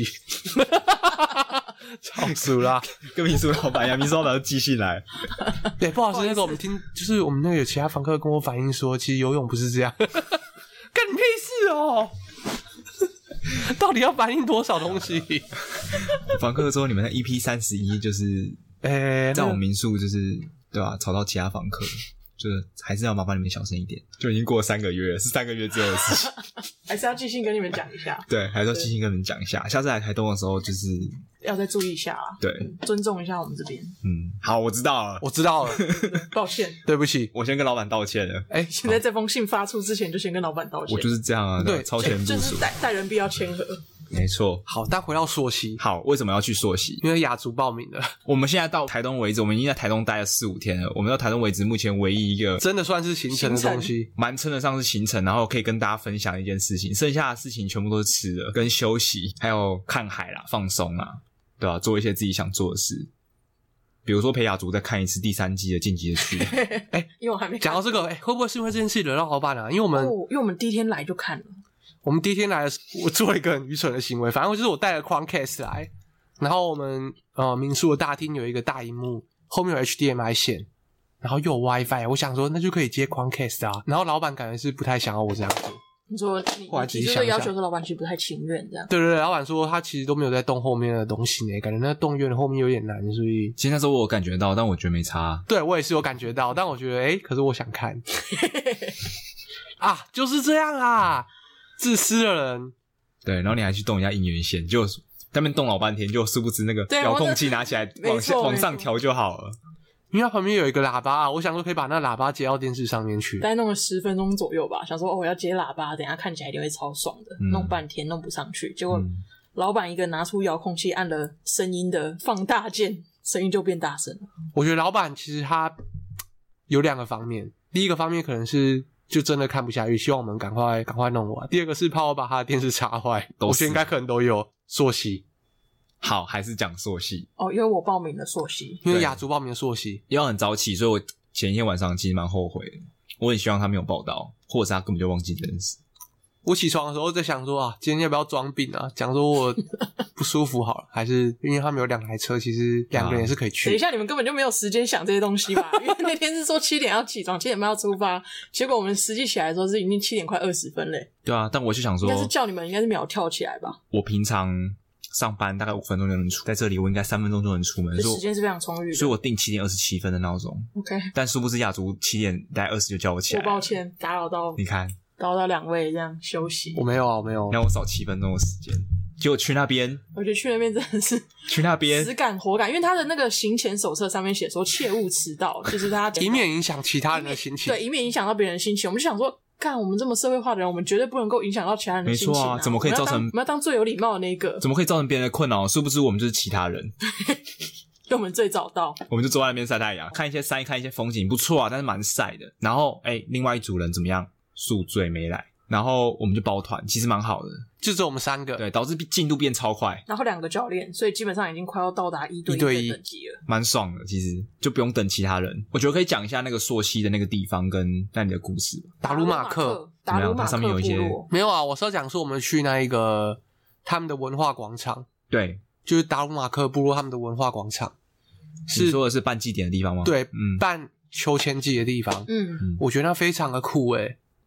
Speaker 3: 超熟啦，
Speaker 1: 跟民宿老板一样，民宿老板都寄信来。
Speaker 3: 对，不好意思，那个我们听，就是我们那个有其他房客跟我反映说，其实游泳不是这样。干你屁事哦！到底要反映多少东西？
Speaker 1: 房客说你们的 E P 三十一就是，
Speaker 3: 诶、欸，
Speaker 1: 在我们民宿就是对吧、啊？吵到其他房客，就是还是要麻烦你们小声一点。就已经过了三个月了，是三个月之后的事情。
Speaker 2: 还是要寄信跟你们讲一下。
Speaker 1: 对，还是要寄信跟你们讲一下。下次来台东的时候，就是
Speaker 2: 要再注意一下啊。
Speaker 1: 对，
Speaker 2: 尊重一下我们这边。
Speaker 1: 嗯，好，我知道了，
Speaker 3: 我知道了，
Speaker 2: 抱歉，
Speaker 3: 对不起，
Speaker 1: 我先跟老板道歉了。
Speaker 3: 哎、欸，
Speaker 2: 现在这封信发出之前，就先跟老板道歉。
Speaker 1: 我就是这样啊，对，超前部署，
Speaker 2: 就是待待人必要签合。
Speaker 1: 没错。
Speaker 3: 好，但回到溯溪，
Speaker 1: 好，为什么要去溯溪？
Speaker 3: 因为雅竹报名了。
Speaker 1: 我们现在到台东为止，我们已经在台东待了四五天了。我们到台东为止，目前唯一一个
Speaker 3: 真的算是行程的东西，
Speaker 1: 蛮称得上是行程，然后可以跟大家分享一件事情。剩下的事情全部都是吃的、跟休息，还有看海啦、放松啦，对吧、啊？做一些自己想做的事。比如说陪雅竹再看一次第三季的《进击的巨人》。
Speaker 3: 哎，
Speaker 2: 因为我还没
Speaker 3: 讲到这个，哎，会不会是因为这件事惹到老板啊？因为我们、
Speaker 2: 哦，因为我们第一天来就看了。
Speaker 3: 我们第一天来的时候，我做了一个很愚蠢的行为，反正就是我带了 Chromecast 来，然后我们呃民宿的大厅有一个大萤幕，后面有 H D M I 线，然后又有 WiFi， 我想说那就可以接 Chromecast 啊，然后老板感觉是不太想要我这样做。
Speaker 2: 你说你
Speaker 3: 后来
Speaker 2: 你提出
Speaker 3: 仔细想一下
Speaker 2: 的要求是老板其实不太情愿这样。
Speaker 3: 对对对，老板说他其实都没有在动后面的东西呢，感觉那个动院的后面有点难，所以
Speaker 1: 其实那时候我有感觉到，但我觉得没差。
Speaker 3: 对我也是有感觉到，但我觉得诶可是我想看啊，就是这样啊，自私的人。
Speaker 1: 对，然后你还去动一下音源线，就他们动老半天，就殊不知那个遥控器拿起来往下往上调就好了。
Speaker 3: 因为它旁边有一个喇叭、啊，我想说可以把那个喇叭接到电视上面去。
Speaker 2: 大概弄了十分钟左右吧，想说哦，我要接喇叭，等一下看起来一定会超爽的，
Speaker 1: 嗯、
Speaker 2: 弄半天弄不上去，结果、
Speaker 1: 嗯、
Speaker 2: 老板一个拿出遥控器按了声音的放大键，声音就变大声了。
Speaker 3: 我觉得老板其实他有两个方面，第一个方面可能是就真的看不下去，希望我们赶快赶快弄完；第二个是怕我把他的电视插坏，我觉得应该可能都有。溯溪。
Speaker 1: 好，还是讲溯溪
Speaker 2: 哦，因为我报名了溯溪，
Speaker 3: 因为雅竹报名了溯溪，
Speaker 1: 因为很早起，所以我前一天晚上其实蛮后悔的。我很希望他没有报到，或者是他根本就忘记这件事。
Speaker 3: 我起床的时候在想说啊，今天要不要装病啊？讲说我不舒服好了，还是因为他们有两台车，其实两个人也是可以去。
Speaker 2: 等一下，你们根本就没有时间想这些东西吧？因为那天是说七点要起床，七点半要出发，结果我们实际起来的时候是已经七点快二十分嘞。
Speaker 1: 对啊，但我就想说，
Speaker 2: 应该是叫你们应该是秒跳起来吧？
Speaker 1: 我平常上班大概五分钟就能出，在这里我应该三分钟就能出门，
Speaker 2: 所以时间是非常充裕的，
Speaker 1: 所以我定七点二十七分的闹钟。
Speaker 2: OK，
Speaker 1: 但殊不知雅竹七点大概二十就叫我起来。
Speaker 2: 我抱歉打扰到，
Speaker 1: 你看
Speaker 2: 打扰到两位这样休息。
Speaker 3: 我没有啊，我没有，
Speaker 1: 让我少七分钟的时间。结果去那边，
Speaker 2: 我觉得去那边真的是
Speaker 1: 去那边
Speaker 2: 死赶活赶，因为他的那个行前手册上面写说切勿迟到，就是他
Speaker 3: 以免影响其他人的心情，
Speaker 2: 对，以免影响到别人的心情。我们就想说，看我们这么社会化的人，我们绝对不能够影响到其他人的心情、啊。
Speaker 1: 没错啊，怎么可以造成？
Speaker 2: 我们要当，我们要当最有礼貌的那一个，
Speaker 1: 怎么可以造成别人的困扰？殊不知我们就是其他人，
Speaker 2: 因为我们最早到，
Speaker 1: 我们就坐在那边晒太阳，看一些山，看一些风景，不错啊，但是蛮晒的。然后，哎、欸，另外一组人怎么样？宿醉没来。然后我们就包团，其实蛮好的，
Speaker 3: 就只有我们三个，
Speaker 1: 对，导致进度变超快。
Speaker 2: 然后两个教练，所以基本上已经快要到达一对一的等级了，
Speaker 1: 蛮爽的。其实就不用等其他人。我觉得可以讲一下那个溯溪的那个地方跟那里的故事。
Speaker 3: 达鲁马克，
Speaker 2: 达鲁马克
Speaker 1: 它上面有一些
Speaker 3: 没有啊？我是要讲说我们去那一个他们的文化广场，
Speaker 1: 对，
Speaker 3: 就是达鲁马克部落他们的文化广场。
Speaker 1: 是你说的是办祭典的地方吗？
Speaker 3: 对，
Speaker 1: 嗯，
Speaker 3: 办秋千祭的地方。
Speaker 2: 嗯，
Speaker 3: 我觉得那非常的酷诶、欸。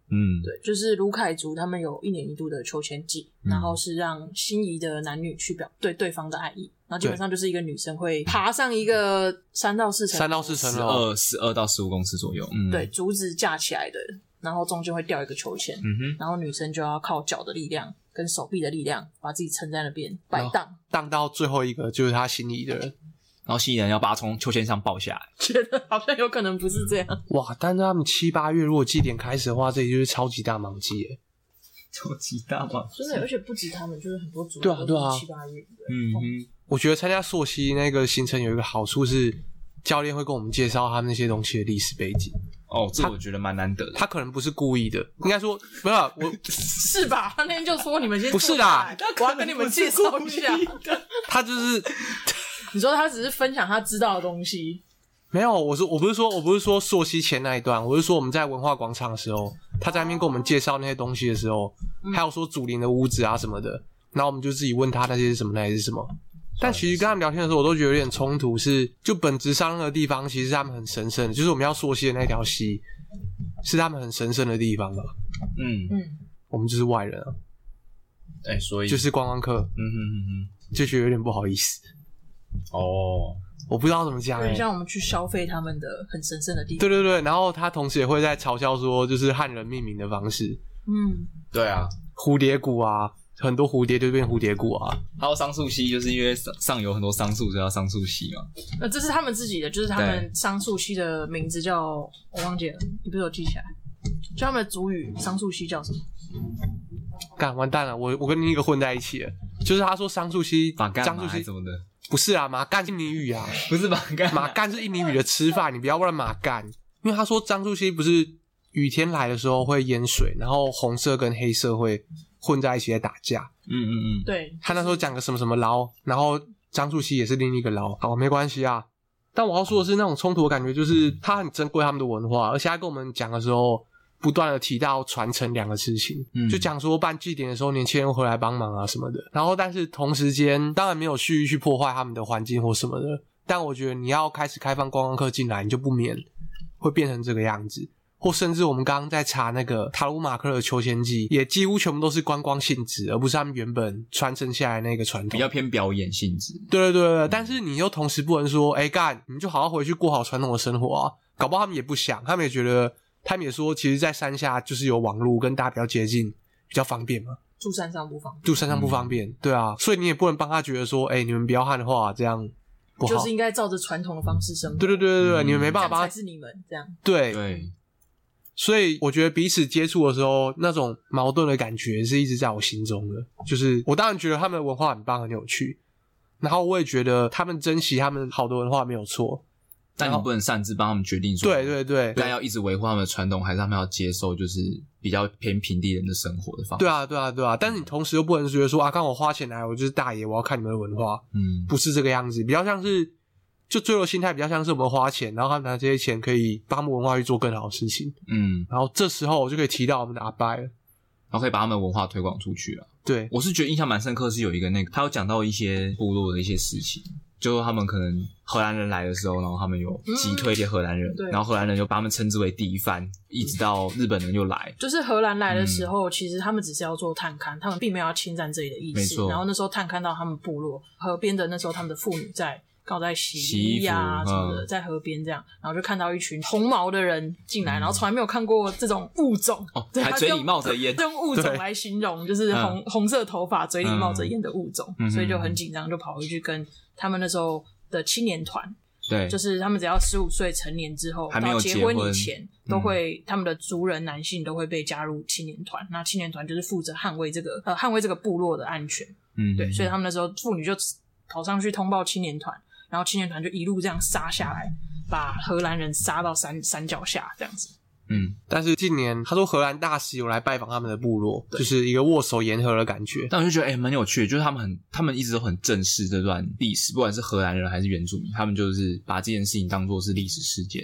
Speaker 1: 嗯，
Speaker 2: 对，就是卢凯族他们有一年一度的秋千祭，
Speaker 1: 嗯
Speaker 2: 然后是让心仪的男女去表对对方的爱意，然后基本上就是一个女生会爬上一个三到四层
Speaker 3: 三到四层
Speaker 1: 十
Speaker 3: 楼，
Speaker 1: 二十二到十五公尺左右，嗯，
Speaker 2: 对，竹子架起来的，然后中间会吊一个秋千，
Speaker 1: 嗯哼，
Speaker 2: 然后女生就要靠脚的力量跟手臂的力量把自己撑在那边摆荡，
Speaker 3: 荡到最后一个就是他心仪的人。
Speaker 1: 然后蜥蜴人要把他从秋千上抱下来，
Speaker 2: 觉得好像有可能不是这样。
Speaker 3: 哇！但是他们七八月如果祭典开始的话，这里就是超级大忙季耶。
Speaker 1: 超级大吗？
Speaker 2: 真的，而且不止他们，就是很多组
Speaker 3: 对啊对啊
Speaker 2: 七八月，
Speaker 1: 嗯哼，
Speaker 3: 我觉得参加溯溪那个行程有一个好处是，教练会跟我们介绍他们那些东西的历史背景。
Speaker 1: 哦，这我觉得蛮难得的。
Speaker 3: 他可能不是故意的，应该说不是我
Speaker 2: 是吧？他那天就说你们先
Speaker 3: 不是啦，
Speaker 2: 我要跟你们介绍一下。
Speaker 3: 他就是
Speaker 2: 你说他只是分享他知道的东西，
Speaker 3: 没有。我说我不是说我不是说溯溪前那一段，我是说我们在文化广场的时候，他在那边跟我们介绍那些东西的时候，
Speaker 2: 嗯、
Speaker 3: 还有说祖灵的屋子啊什么的，然后我们就自己问他那些是什么，那些是什么。但其实跟他们聊天的时候，我都觉得有点冲突，是就本质上那个地方其实他们很神圣的，就是我们要溯溪的那条溪是他们很神圣的地方吧。
Speaker 1: 嗯
Speaker 2: 嗯，
Speaker 3: 我们就是外人啊，
Speaker 1: 哎、欸，所以
Speaker 3: 就是观光客，
Speaker 1: 嗯哼哼哼，
Speaker 3: 就觉得有点不好意思。
Speaker 1: 哦，
Speaker 3: 我不知道怎么讲、欸，
Speaker 2: 有点像我们去消费他们的很神圣的地方。
Speaker 3: 对对对，然后他同时也会在嘲笑说，就是汉人命名的方式，
Speaker 2: 嗯，
Speaker 1: 对啊，
Speaker 3: 蝴蝶谷啊，很多蝴蝶就变蝴蝶谷啊。
Speaker 1: 还有桑树溪，就是因为上有很多桑树，所以叫桑树溪嘛。
Speaker 2: 那这是他们自己的，就是他们桑树溪的名字叫我忘记了，你不是有记起来？就他们的族语桑树溪叫什么？
Speaker 3: 干完蛋了，我我跟你一个混在一起了。就是他说桑树溪，
Speaker 1: 马干
Speaker 3: 樟树溪
Speaker 1: 什么的，
Speaker 3: 不是啊，马干是印尼语啊，
Speaker 1: 不是马干，
Speaker 3: 马干是印尼语的吃法，你不要乱马干。因为他说樟树溪不是雨天来的时候会淹水，然后红色跟黑色会混在一起在打架。
Speaker 1: 嗯嗯嗯，
Speaker 2: 对，
Speaker 3: 他那时候讲个什么什么捞，然后樟树溪也是另一个捞，好，没关系啊。但我要说的是，那种冲突的感觉就是他很珍贵他们的文化，而且他跟我们讲的时候，不断的提到传承两个事情，
Speaker 1: 嗯，
Speaker 3: 就讲说办祭典的时候，年轻人会回来帮忙啊什么的。然后，但是同时间当然没有蓄意去破坏他们的环境或什么的。但我觉得你要开始开放观光客进来，你就不免会变成这个样子。或甚至我们刚刚在查那个塔鲁马克的秋千祭，也几乎全部都是观光性质，而不是他们原本传承下来那个传统，
Speaker 1: 比较偏表演性质。
Speaker 3: 对对对对，但是你又同时不能说，哎干，你们就好好回去过好传统的生活啊。搞不好他们也不想，他们也觉得，他们也说，其实在山下就是有网络，跟大家比较接近，比较方便嘛。
Speaker 2: 住山上不方便，
Speaker 3: 住山上不方便，嗯、对啊，所以你也不能帮他觉得说，哎，你们不要汉化，这样不好，
Speaker 2: 就是应该照着传统的方式生活。
Speaker 3: 对对对对对，
Speaker 1: 嗯、
Speaker 3: 你们没办法帮他，
Speaker 2: 才是你们这样。
Speaker 3: 对
Speaker 1: 对。
Speaker 3: 所以我觉得彼此接触的时候，那种矛盾的感觉是一直在我心中的。就是我当然觉得他们的文化很棒很有趣，然后我也觉得他们珍惜他们好的文化没有错，
Speaker 1: 但你不能擅自帮他们决定说，
Speaker 3: 对对对，
Speaker 1: 该要一直维护他们的传统，还是他们要接受就是比较偏平地人的生活的方式。
Speaker 3: 对啊对啊对啊，但是你同时又不能觉得说啊，刚我花钱来，我就是大爷，我要看你们的文化，
Speaker 1: 嗯，
Speaker 3: 不是这个样子，比较像是。就坠落心态比较像是我们花钱，然后他们拿这些钱可以帮他们文化去做更好的事情。
Speaker 1: 嗯，
Speaker 3: 然后这时候我就可以提到我们的阿拜了，
Speaker 1: 然后可以把他们文化推广出去了。
Speaker 3: 对，
Speaker 1: 我是觉得印象蛮深刻，是有一个那个他有讲到一些部落的一些事情，就他们可能荷兰人来的时候，然后他们有击退一些荷兰人，
Speaker 2: 嗯、
Speaker 1: 然后荷兰人就把他们称之为敌番，一直到日本人又来。
Speaker 2: 就是荷兰来的时候，嗯、其实他们只是要做探勘，他们并没有要侵占这里的意思。
Speaker 1: 没错。
Speaker 2: 然后那时候探勘到他们部落河边的那时候，他们的妇女在。刚好在洗衣啊什么的，在河边这样，然后就看到一群红毛的人进来，嗯、然后从来没有看过这种物种，
Speaker 1: 哦，还嘴里冒着烟，
Speaker 2: 用物种来形容，就是红、嗯、红色头发、嘴里冒着烟的物种，
Speaker 1: 嗯、
Speaker 2: 所以就很紧张，就跑回去跟他们那时候的青年团，
Speaker 1: 对，
Speaker 2: 就是他们只要十五岁成年之后，
Speaker 1: 还没有
Speaker 2: 结
Speaker 1: 婚
Speaker 2: 以前，都会、嗯、他们的族人男性都会被加入青年团，那青年团就是负责捍卫这个呃捍卫这个部落的安全，
Speaker 1: 嗯，
Speaker 2: 对，所以他们那时候妇女就跑上去通报青年团。然后青年团就一路这样杀下来，把荷兰人杀到山山脚下这样子。
Speaker 3: 嗯，但是近年他说荷兰大使有来拜访他们的部落，就是一个握手言和的感觉。
Speaker 1: 但我就觉得哎，蛮、欸、有趣的，就是他们很，他们一直都很正视这段历史，不管是荷兰人还是原住民，他们就是把这件事情当作是历史事件。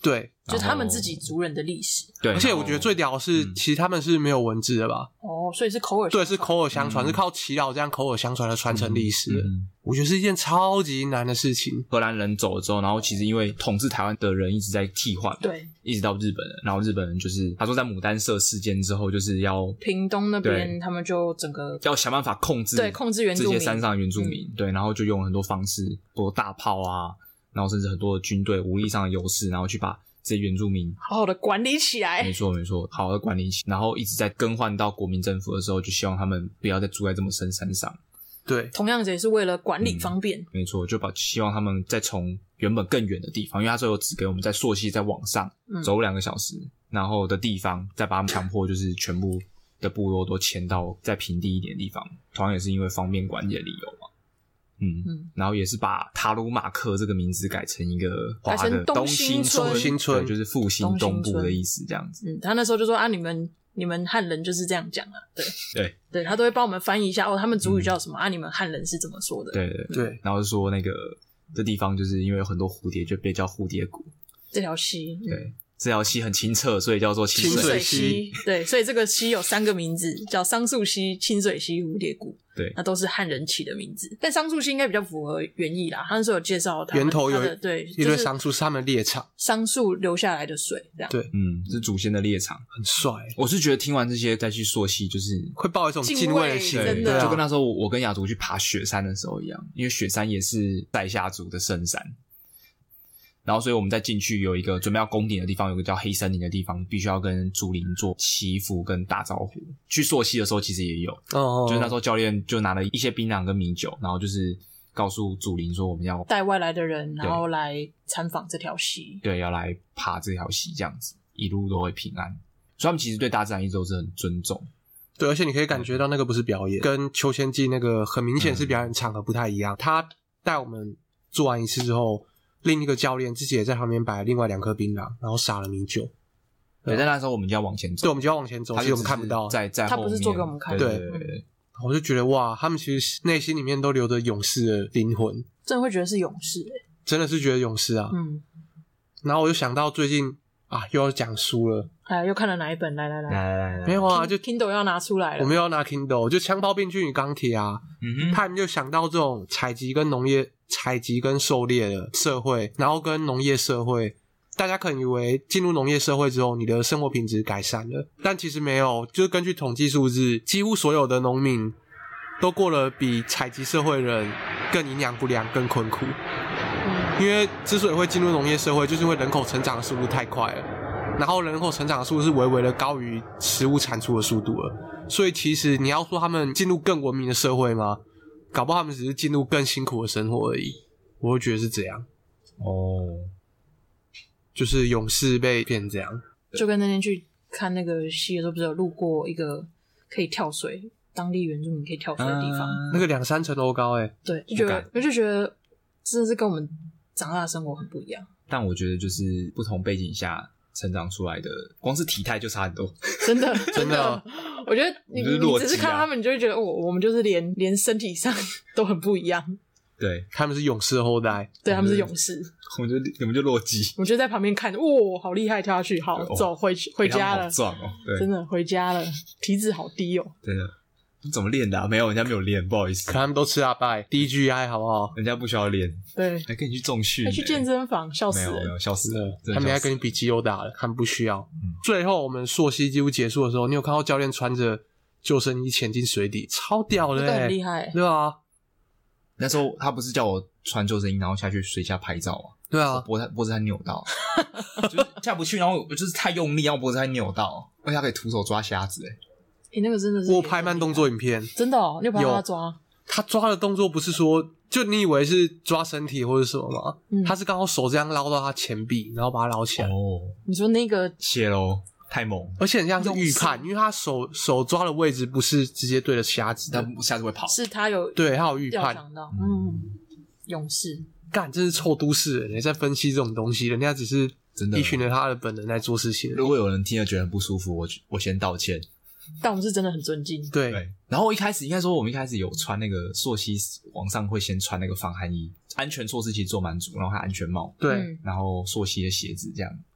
Speaker 3: 对，
Speaker 2: 就是他们自己族人的历史。
Speaker 1: 对，
Speaker 3: 而且我觉得最屌的是，
Speaker 1: 嗯
Speaker 3: 其实他们是没有文字的吧？
Speaker 2: 哦，所以是口耳
Speaker 3: 对，
Speaker 2: 相传
Speaker 3: 是口耳相传，
Speaker 1: 嗯
Speaker 3: 是靠祈祷这样口耳相传的传承历史的。
Speaker 1: 嗯
Speaker 3: 我觉得是一件超级难的事情。
Speaker 1: 荷兰人走了之后，然后其实因为统治台湾的人一直在替换，
Speaker 2: 对，
Speaker 1: 一直到日本人，然后日本人就是他说在牡丹社事件之后，就是要
Speaker 2: 屏东那边
Speaker 1: 对
Speaker 2: 他们就整个
Speaker 1: 要想办法控制
Speaker 2: 对控制原住民
Speaker 1: 这些山上的原住民，对，然后就用很多方式，包括大炮啊，然后甚至很多的军队武力上的优势，然后去把这些原住民
Speaker 2: 好好的管理起来
Speaker 1: 没。错没错，好好的管理起，然后一直在更换到国民政府的时候，就希望他们不要再住在这么深山上。
Speaker 3: 对，
Speaker 2: 同样，这也是为了管理方便。
Speaker 1: 没错，就把希望他们再从原本更远的地方，因为他最后只给我们在朔溪再往上
Speaker 2: 嗯
Speaker 1: 走两个小时，然后的地方再把他们强迫就是全部的部落都迁到再平地一点的地方，同样也是因为方便管理的理由嘛。嗯
Speaker 2: 嗯
Speaker 1: 然后也是把塔鲁马克这个名字改成一个
Speaker 2: 改成
Speaker 1: 华的
Speaker 2: 东
Speaker 1: 新
Speaker 2: 新村
Speaker 3: 东新村
Speaker 1: 对就是复兴东部的意思，这样子。
Speaker 2: 嗯，他那时候就说啊，你们你们汉人就是这样讲啊，对
Speaker 1: 对
Speaker 2: 对，他都会帮我们翻译一下哦，他们族语叫什么、啊？你们汉人是怎么说的？
Speaker 1: 对对
Speaker 3: 对，
Speaker 1: 然后就说那个这地方就是因为有很多蝴蝶，就被叫蝴蝶谷。
Speaker 2: 这条溪，嗯
Speaker 1: 对，这条溪很清澈，所以叫做清
Speaker 3: 清水
Speaker 1: 水。
Speaker 3: 溪
Speaker 2: 对，所以这个溪有三个名字，叫桑树溪、清水溪、蝴蝶谷。
Speaker 1: 对
Speaker 2: 那都是汉人起的名字，但桑树溪应该比较符合原意啦。他那时候有介绍他们
Speaker 3: 源头有
Speaker 2: 他的对
Speaker 3: 一堆桑树是他们的猎场，
Speaker 2: 桑树流下来的水，这样
Speaker 3: 对
Speaker 1: 嗯，是祖先的猎场。
Speaker 3: 很帅，
Speaker 1: 我是觉得听完这些再去溯溪，就是
Speaker 3: 会抱一种
Speaker 2: 敬
Speaker 3: 敬畏的心，
Speaker 2: 畏真的
Speaker 3: 对啊
Speaker 1: 就跟那时候我跟雅竹去爬雪山的时候一样，因为雪山也是塞夏族的圣山。然后，所以我们在进去有一个准备要攻顶的地方，有个叫黑森林的地方，必须要跟竹林做祈福跟打招呼。去溯溪的时候，其实也有，
Speaker 3: 哦，
Speaker 1: 就是那时候教练就拿了一些槟榔跟米酒，然后就是告诉祖灵说我们要
Speaker 2: 带外来的人，然后来参访这条溪。
Speaker 1: 对要来爬这条溪，这样子一路都会平安。所以他们其实对大自然一直都是很尊重。
Speaker 3: 对，而且你可以感觉到那个不是表演，跟秋千记那个很明显是表演场合不太一样。他带我们做完一次之后，另一个教练自己也在旁边摆了另外两颗槟榔，然后撒了米酒。
Speaker 1: 对，但那时候我们就要往前走，
Speaker 3: 对，我们就要往前走，其实我们看不到。
Speaker 1: 在在
Speaker 2: 他不是
Speaker 1: 后面
Speaker 2: 做给我们看
Speaker 1: 对
Speaker 3: 的
Speaker 1: 对对对
Speaker 3: 我就觉得哇，他们其实内心里面都留着勇士的灵魂，
Speaker 2: 真的会觉得是勇士、欸，
Speaker 3: 真的是觉得勇士啊。
Speaker 2: 嗯，
Speaker 3: 然后我就想到最近啊，又要讲书了，
Speaker 2: 哎，又看了哪一本？来来来，
Speaker 1: 来来来，
Speaker 3: 没有啊，就
Speaker 2: Kindle 要拿出来了。
Speaker 3: 我们要拿 Kindle，就枪炮、病菌与钢铁啊。
Speaker 1: 嗯哼，
Speaker 3: 他们就想到这种采集跟农业、采集跟狩猎的社会，然后跟农业社会，大家可能以为进入农业社会之后，你的生活品质改善了，但其实没有。就是根据统计数字，几乎所有的农民都过了比采集社会人更营养不良、更困苦。因为之所以会进入农业社会，就是因为人口成长的速度太快了，然后人口成长的速度是微微的高于食物产出的速度了，所以其实你要说他们进入更文明的社会吗？搞不好他们只是进入更辛苦的生活而已，我会觉得是这样，
Speaker 1: 哦，
Speaker 3: 就是勇士被变这样。
Speaker 2: 就跟那天去看那个戏的时候，不是有路过一个可以跳水，当地原住民可以跳水的地方，
Speaker 1: 啊
Speaker 3: 那个两三层楼高诶、欸
Speaker 2: 对，就觉得
Speaker 1: 不敢
Speaker 2: 我就觉得真的是跟我们长大的生活很不一样，
Speaker 1: 但我觉得就是不同背景下成长出来的，光是体态就差很多。
Speaker 2: 真的
Speaker 3: 真的。
Speaker 2: 我觉得你
Speaker 1: 你就是
Speaker 2: 你只
Speaker 1: 弱鸡啊
Speaker 2: 是看到他们，你就会觉得我我们就是连连身体上都很不一样，
Speaker 1: 对，
Speaker 3: 他们是勇士的后代，
Speaker 2: 对，他们是勇士。
Speaker 1: 我们就我们就弱鸡，
Speaker 2: 我就在旁边看，哇、好厉害，跳下去，好
Speaker 1: 哦
Speaker 2: 走回去回家了
Speaker 1: 欸他们好，壮哦，对，
Speaker 2: 真的回家了，体脂好低哦。
Speaker 1: 真的。你怎么练的啊？没有，人家没有练，不好意思
Speaker 3: 可，他们都吃阿拜 D G I 好不好？
Speaker 1: 人家不需要练，
Speaker 2: 对，
Speaker 1: 还跟你去重训欸，
Speaker 2: 还去健身房，笑死人。
Speaker 1: 没有没有，笑死
Speaker 3: 真的
Speaker 1: 了，，真
Speaker 3: 他们应该
Speaker 1: 笑死
Speaker 3: 跟你比肌肉大了，他们不需要。
Speaker 1: 嗯
Speaker 3: 最后我们溯溪几乎结束的时候，你有看到教练穿着救生衣潜进水底，超屌的、欸，
Speaker 2: 那个很厉害，
Speaker 3: 对啊，
Speaker 1: 那时候他不是叫我穿救生衣，然后下去水下拍照吗？
Speaker 3: 对啊，
Speaker 1: 脖子脖子还扭到，就是下不去，然后我就是太用力，然后脖子还扭到，而且他可以徒手抓虾子，哎，
Speaker 2: 诶、那个真的是
Speaker 3: 我有拍慢动作影片，
Speaker 2: 真的哦，你有拍到
Speaker 3: 有
Speaker 2: 他抓？
Speaker 3: 他抓的动作不是说就你以为是抓身体或者什么吗？
Speaker 2: 嗯
Speaker 3: 他是刚好手这样捞到他前臂，然后把他捞起来，
Speaker 1: 哦，
Speaker 2: 你说那个
Speaker 1: 谢喽，太猛，
Speaker 3: 而且很像是预
Speaker 2: 勇
Speaker 3: 判，因为他手手抓的位置不是直接对着虾子的，
Speaker 1: 但下次会跑，
Speaker 2: 是他有
Speaker 3: 对他有预
Speaker 2: 料
Speaker 3: 判。
Speaker 2: 想到，嗯，勇士，
Speaker 3: 干，真是臭都市人，在分析这种东西，人家只是
Speaker 1: 真的
Speaker 3: 依循了他的本能在做事情。
Speaker 1: 如果有人听了觉得很不舒服，我我先道歉。
Speaker 2: 但我们是真的很尊敬。
Speaker 3: 对，
Speaker 1: 对，然后一开始应该说我们一开始有穿那个溯溪往上会先穿那个防寒衣，安全措施其实做蛮足，然后还安全帽，
Speaker 3: 对，
Speaker 2: 嗯
Speaker 1: 然后溯溪的鞋子这样，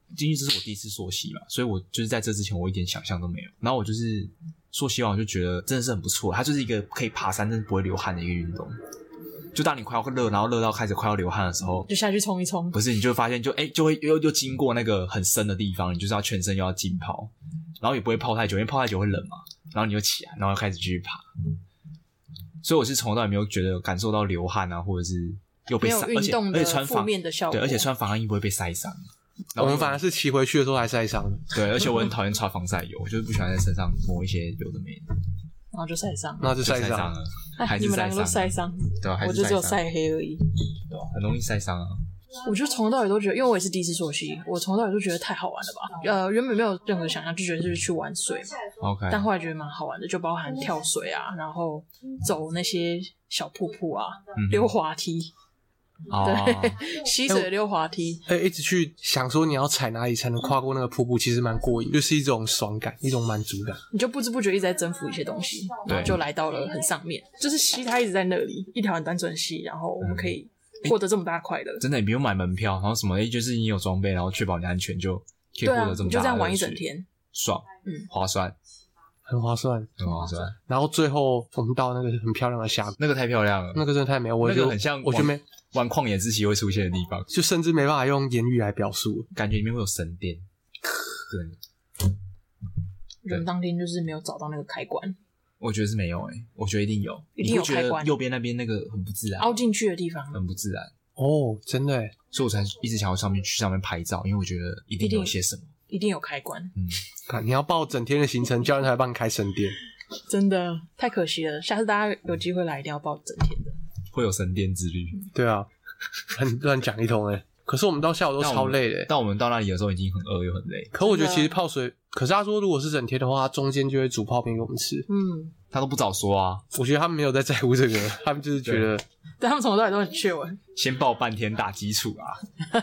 Speaker 1: 进去这是我第一次溯溪嘛，所以我就是在这之前我一点想象都没有。然后我就是溯溪完我就觉得真的是很不错，它就是一个可以爬山但是不会流汗的一个运动。就当你快要热，然后热到开始快要流汗的时候，
Speaker 2: 就下去冲一冲。
Speaker 1: 不是，你就会发现就哎、欸、就会又又经过那个很深的地方，你就是要全身又要浸泡，然后也不会泡太久，因为泡太久会冷嘛。然后你就起来，然后开始继续爬。所以我是从头到尾没有觉得感受到流汗啊，或者是又被晒，
Speaker 2: 没有运动的
Speaker 1: 而且穿防
Speaker 2: 负面的效果，
Speaker 1: 对，而且穿防寒衣不会被晒伤。
Speaker 3: 我们反而是骑回去的时候还晒伤了。
Speaker 1: 对，而且我很讨厌擦防晒油，我就是不喜欢在身上抹一些有的没的，
Speaker 2: 然后就晒伤，
Speaker 3: 然后就晒伤
Speaker 1: 了，
Speaker 2: 哎，
Speaker 1: 还是
Speaker 2: 你们两个都晒
Speaker 1: 伤，
Speaker 2: 伤，
Speaker 1: 对啊，
Speaker 2: 我就只有晒黑而已，
Speaker 1: 对啊，很容易晒伤啊。
Speaker 2: 我就从头到尾都觉得，因为我也是第一次溯溪，我从头到尾都觉得太好玩了吧。呃，原本没有任何想象，就觉得就是去玩水嘛。
Speaker 1: OK。
Speaker 2: 但后来觉得蛮好玩的，就包含跳水啊，然后走那些小瀑布啊，
Speaker 1: 嗯、
Speaker 2: 溜滑梯。
Speaker 1: 哦、
Speaker 2: 对，溪水的溜滑梯。
Speaker 3: 哎、欸，一直去想说你要踩哪里才能跨过那个瀑布，其实蛮过瘾，就是一种爽感，一种满足感。
Speaker 2: 你就不知不觉一直在征服一些东西，然后就来到了很上面。就是溪它一直在那里，一条很单纯的溪，然后我们可以。获得这么大快乐，
Speaker 1: 真的，你不用买门票，然后什么，哎，就是你有装备，然后确保你安全，就可以获得这么大的乐趣。
Speaker 2: 你就这样玩一整天，
Speaker 1: 爽，嗯，划算，
Speaker 3: 很划算，
Speaker 1: 很划算。
Speaker 3: 然后最后我们到那个很漂亮的峡谷，
Speaker 1: 那个太漂亮了，
Speaker 3: 那个真的太美，我就、
Speaker 1: 那个很像，
Speaker 3: 我觉得没
Speaker 1: 玩旷野之息会出现的地方，
Speaker 3: 就甚至没办法用言语来表述，
Speaker 1: 感觉里面会有神殿。对，
Speaker 2: 我们当天就是没有找到那个开关。
Speaker 1: 我觉得是没有诶、欸，我觉得一定有，
Speaker 2: 一定有开关。
Speaker 1: 右边那边那个很不自然，
Speaker 2: 凹进去的地方
Speaker 1: 很不自然。
Speaker 3: 哦，真的耶，
Speaker 1: 所以我才一直想要上面去上面拍照，因为我觉得一定有些什么，
Speaker 2: 一定有开关。
Speaker 1: 嗯，
Speaker 3: 看你要报整天的行程，教练才会帮你开神殿，
Speaker 2: 真的太可惜了。下次大家有机会来，一定要报整天的，
Speaker 1: 会有神殿之旅。
Speaker 3: 对啊，很乱讲一通诶。可是我们到下午都超累的，
Speaker 1: 但我们到那里的时候已经很饿又很累。
Speaker 3: 可我觉得其实泡水，可是他说如果是整天的话，他中间就会煮泡面给我们吃。
Speaker 2: 嗯，
Speaker 1: 他都不早说啊。
Speaker 3: 我觉得他们没有在在乎这个，他们就是觉得，
Speaker 2: 对他们从头到尾都很确稳。
Speaker 1: 先报半天打基础啊。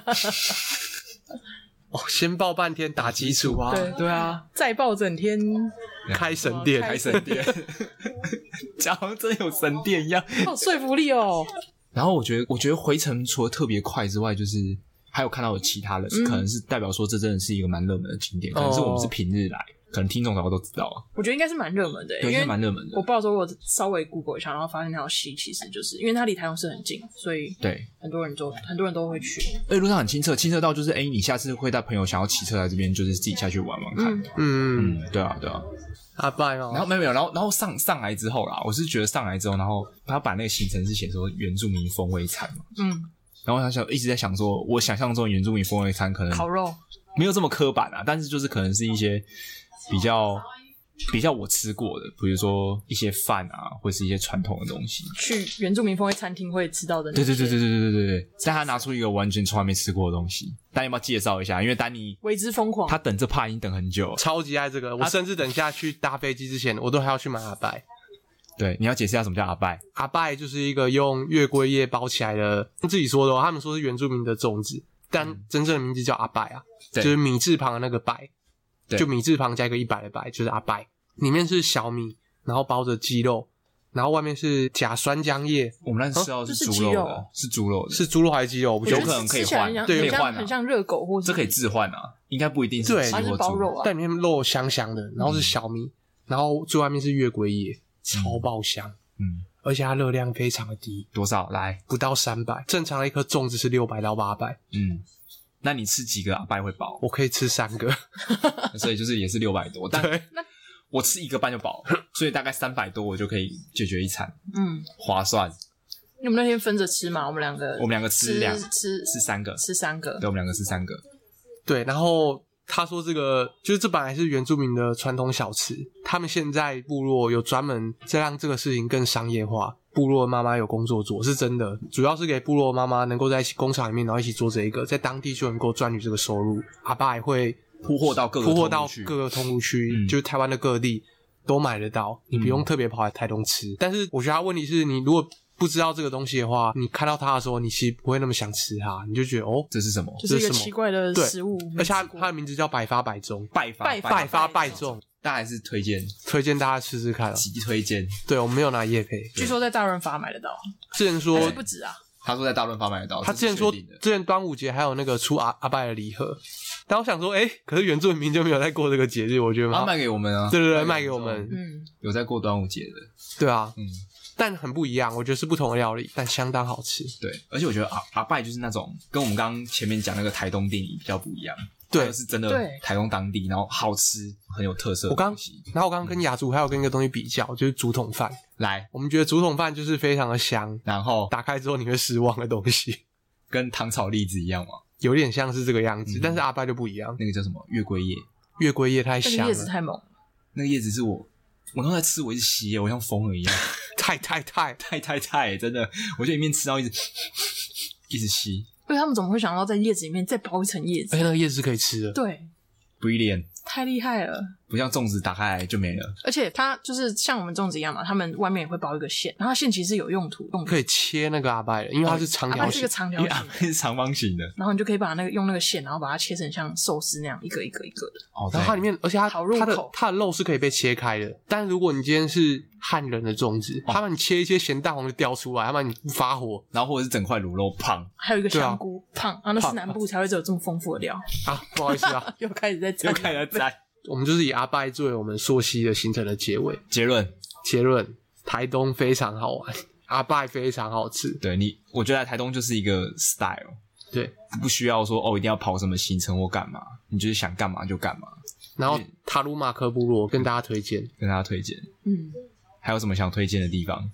Speaker 3: 哦，先报半天打基础啊，
Speaker 2: 对
Speaker 1: 对啊，
Speaker 2: 再报整天
Speaker 3: 开神殿，
Speaker 1: 开神殿，讲好像真有神殿一样，
Speaker 2: 好有说服力哦。
Speaker 1: 然后我觉得，我觉得回程除了特别快之外，就是还有看到有其他人，嗯、可能是代表说这真的是一个蛮热门的景点，可能是我们是平日来，哦、可能听众早都知道啊。
Speaker 2: 我觉得应该是蛮热门的，
Speaker 1: 对，应该蛮热门的。
Speaker 2: 我报的时候我稍微 Google 一下，然后发现那条溪其实就是因为它离台中市很近，所以对很多人都很多人都会去。
Speaker 1: 而且路上很清澈，清澈到就是哎、欸，你下次会带朋友想要骑车来这边，就是自己下去玩玩看。嗯嗯嗯，对啊对啊。
Speaker 3: 阿拜哦，
Speaker 1: 然后没有没有，然后然后上上来之后啦，我是觉得上来之后，然后他把那个行程是写说原住民风味餐嘛，嗯，然后他想一直在想说，我想象中的原住民风味餐可能
Speaker 2: 烤肉
Speaker 1: 没有这么刻板啊，但是就是可能是一些比较比较我吃过的，比如说一些饭啊，或是一些传统的东西，
Speaker 2: 去原住民风味餐厅会吃到的那些。
Speaker 1: 对对对对对对对对，但他拿出一个完全从来没吃过的东西。丹尼要不要介绍一下？因为丹尼
Speaker 2: 为之疯狂，
Speaker 1: 他等这趴已经等很久了，
Speaker 3: 超级爱这个。我甚至等下去搭飞机之前，我都还要去买阿拜。
Speaker 1: 对，你要解释一下什么叫阿拜？
Speaker 3: 阿拜就是一个用月桂叶包起来的，自己说的哦，他们说是原住民的粽子，但真正的名字叫阿拜啊，嗯、就是米字旁的那个拜，就米字旁加一个一百的百，就是阿拜。里面是小米，然后包着鸡肉。然后外面是假酸浆叶，
Speaker 1: 我们那时吃到的是猪肉的，是猪肉的，
Speaker 3: 是猪肉还是鸡肉？
Speaker 1: 有可能可以换，
Speaker 2: 对，
Speaker 1: 可以换啊，
Speaker 2: 很像热狗或者
Speaker 1: 这可以置换啊，应该不一定是鸡或猪
Speaker 2: 肉啊，
Speaker 3: 但里面肉香香的，然后是小米，嗯、然后最外面是月桂叶，超爆香，嗯，而且它热量非常的低，
Speaker 1: 多少？来，
Speaker 3: 不到三百，正常的一颗粽子是六百到八百，
Speaker 1: 嗯，那你吃几个阿拜会饱？
Speaker 3: 我可以吃三个，
Speaker 1: 所以就是也是六百多，但
Speaker 3: 对。
Speaker 1: 我吃一个半就饱了，所以大概三百多我就可以解决一餐，嗯，划算。
Speaker 2: 因为我们那天分着吃嘛，我们两个
Speaker 1: 我们两个吃两
Speaker 2: 吃
Speaker 1: 吃三个，
Speaker 2: 吃三个，
Speaker 1: 对，我们两个吃三个。
Speaker 3: 对，然后他说这个就是这本来是原住民的传统小吃，他们现在部落有专门在让这个事情更商业化。部落的妈妈有工作做，是真的，主要是给部落的妈妈能够在一起工厂里面，然后一起做这一个，在当地就能够赚取这个收入。阿爸也会
Speaker 1: 铺货到各个
Speaker 3: 铺货到各个通路区，嗯、就是台湾的各地都买得到，你不用特别跑来台东吃。嗯、但是我觉得他问题是你如果不知道这个东西的话，你看到它的时候，你其实不会那么想吃它，你就觉得哦，
Speaker 1: 这是什么？
Speaker 2: 就是一个奇怪的食物。
Speaker 3: 而且它它的名字叫百发百中，
Speaker 1: 百发
Speaker 2: 百
Speaker 3: 百发百中。
Speaker 1: 大家还是推荐
Speaker 3: 推荐大家吃吃看，
Speaker 1: 极推荐。
Speaker 3: 对，我们没有拿业配，
Speaker 2: 据说在大润发买得到。
Speaker 3: 之前说
Speaker 2: 不止啊，
Speaker 1: 他说在大润发买得到。
Speaker 3: 他之前说，之前端午节还有那个出阿阿拜的礼盒， 但我想说，哎、欸，可是原住民就没有在过这个节日，我觉得蛮好。
Speaker 1: 他卖给我们啊，
Speaker 3: 对对对，卖给我们。
Speaker 2: 嗯，
Speaker 1: 有在过端午节的。
Speaker 3: 对啊，
Speaker 1: 嗯，
Speaker 3: 但很不一样，我觉得是不同的料理，但相当好吃。
Speaker 1: 对，而且我觉得阿阿拜就是那种跟我们刚刚前面讲那个台东电影比较不一样。
Speaker 3: 对，
Speaker 1: 是真的
Speaker 2: 对
Speaker 1: 台东当地，然后好吃，很有特色的
Speaker 3: 我刚
Speaker 1: 东西。
Speaker 3: 然后我刚刚跟雅竹还有跟一个东西比较，就是竹筒饭。
Speaker 1: 来，
Speaker 3: 我们觉得竹筒饭就是非常的香，
Speaker 1: 然后
Speaker 3: 打开之后你会失望的东西，
Speaker 1: 跟糖炒栗子一样嘛，
Speaker 3: 有点像是这个样子，
Speaker 1: 嗯、
Speaker 3: 但是阿拜就不一样。
Speaker 1: 那个叫什么月桂叶？
Speaker 3: 月桂叶太香了，
Speaker 2: 那个叶子太猛了。
Speaker 1: 那个叶子是我，我那时候在吃，我一直吸耶，我像疯了一样，
Speaker 3: 太太太
Speaker 1: 太太太，真的，我就一面吃到一直一直吸。
Speaker 2: 对，他们怎么会想到在叶子里面再包一层叶子？
Speaker 3: 而且那个叶子是可以吃的。
Speaker 2: 对。
Speaker 1: Brilliant，
Speaker 2: 太厉害了，
Speaker 1: 不像粽子打开来就没了。
Speaker 2: 而且它就是像我们粽子一样嘛，他们外面也会包一个馅，然后馅其实有用途，用途
Speaker 3: 可以切那个阿拜的，因为它是长条形，
Speaker 2: 阿拜是一个长条
Speaker 1: 因为
Speaker 2: 形的，
Speaker 1: 阿拜是长方形的，
Speaker 2: 然后你就可以把那个用那个馅，然后把它切成像寿司那样一个一个一个的。
Speaker 1: 哦，
Speaker 3: 然后它里面，而且它
Speaker 2: 好入口
Speaker 3: 它的它的肉是可以被切开的。但如果你今天是汉人的粽子，他把你切一切咸蛋黄就掉出来，他把你不发火，
Speaker 1: 然后或者是整块卤肉胖，
Speaker 2: 还有一个
Speaker 3: 对啊
Speaker 2: 香菇胖啊，那是南部才会有这么丰富的料
Speaker 3: 啊，不好意思啊，
Speaker 2: 又开始在
Speaker 1: 又开始在
Speaker 3: 我们就是以阿拜作为我们溯溪的行程的结尾。
Speaker 1: 结论，
Speaker 3: 结论，台东非常好玩，阿拜非常好吃。
Speaker 1: 对你，我觉得台东就是一个 style，
Speaker 3: 对，
Speaker 1: 不需要说哦一定要跑什么行程或干嘛，你就是想干嘛就干嘛。
Speaker 3: 然后塔鲁马科部落跟大家推荐，
Speaker 1: 跟大家推荐。
Speaker 2: 嗯，
Speaker 1: 还有什么想推荐的地方？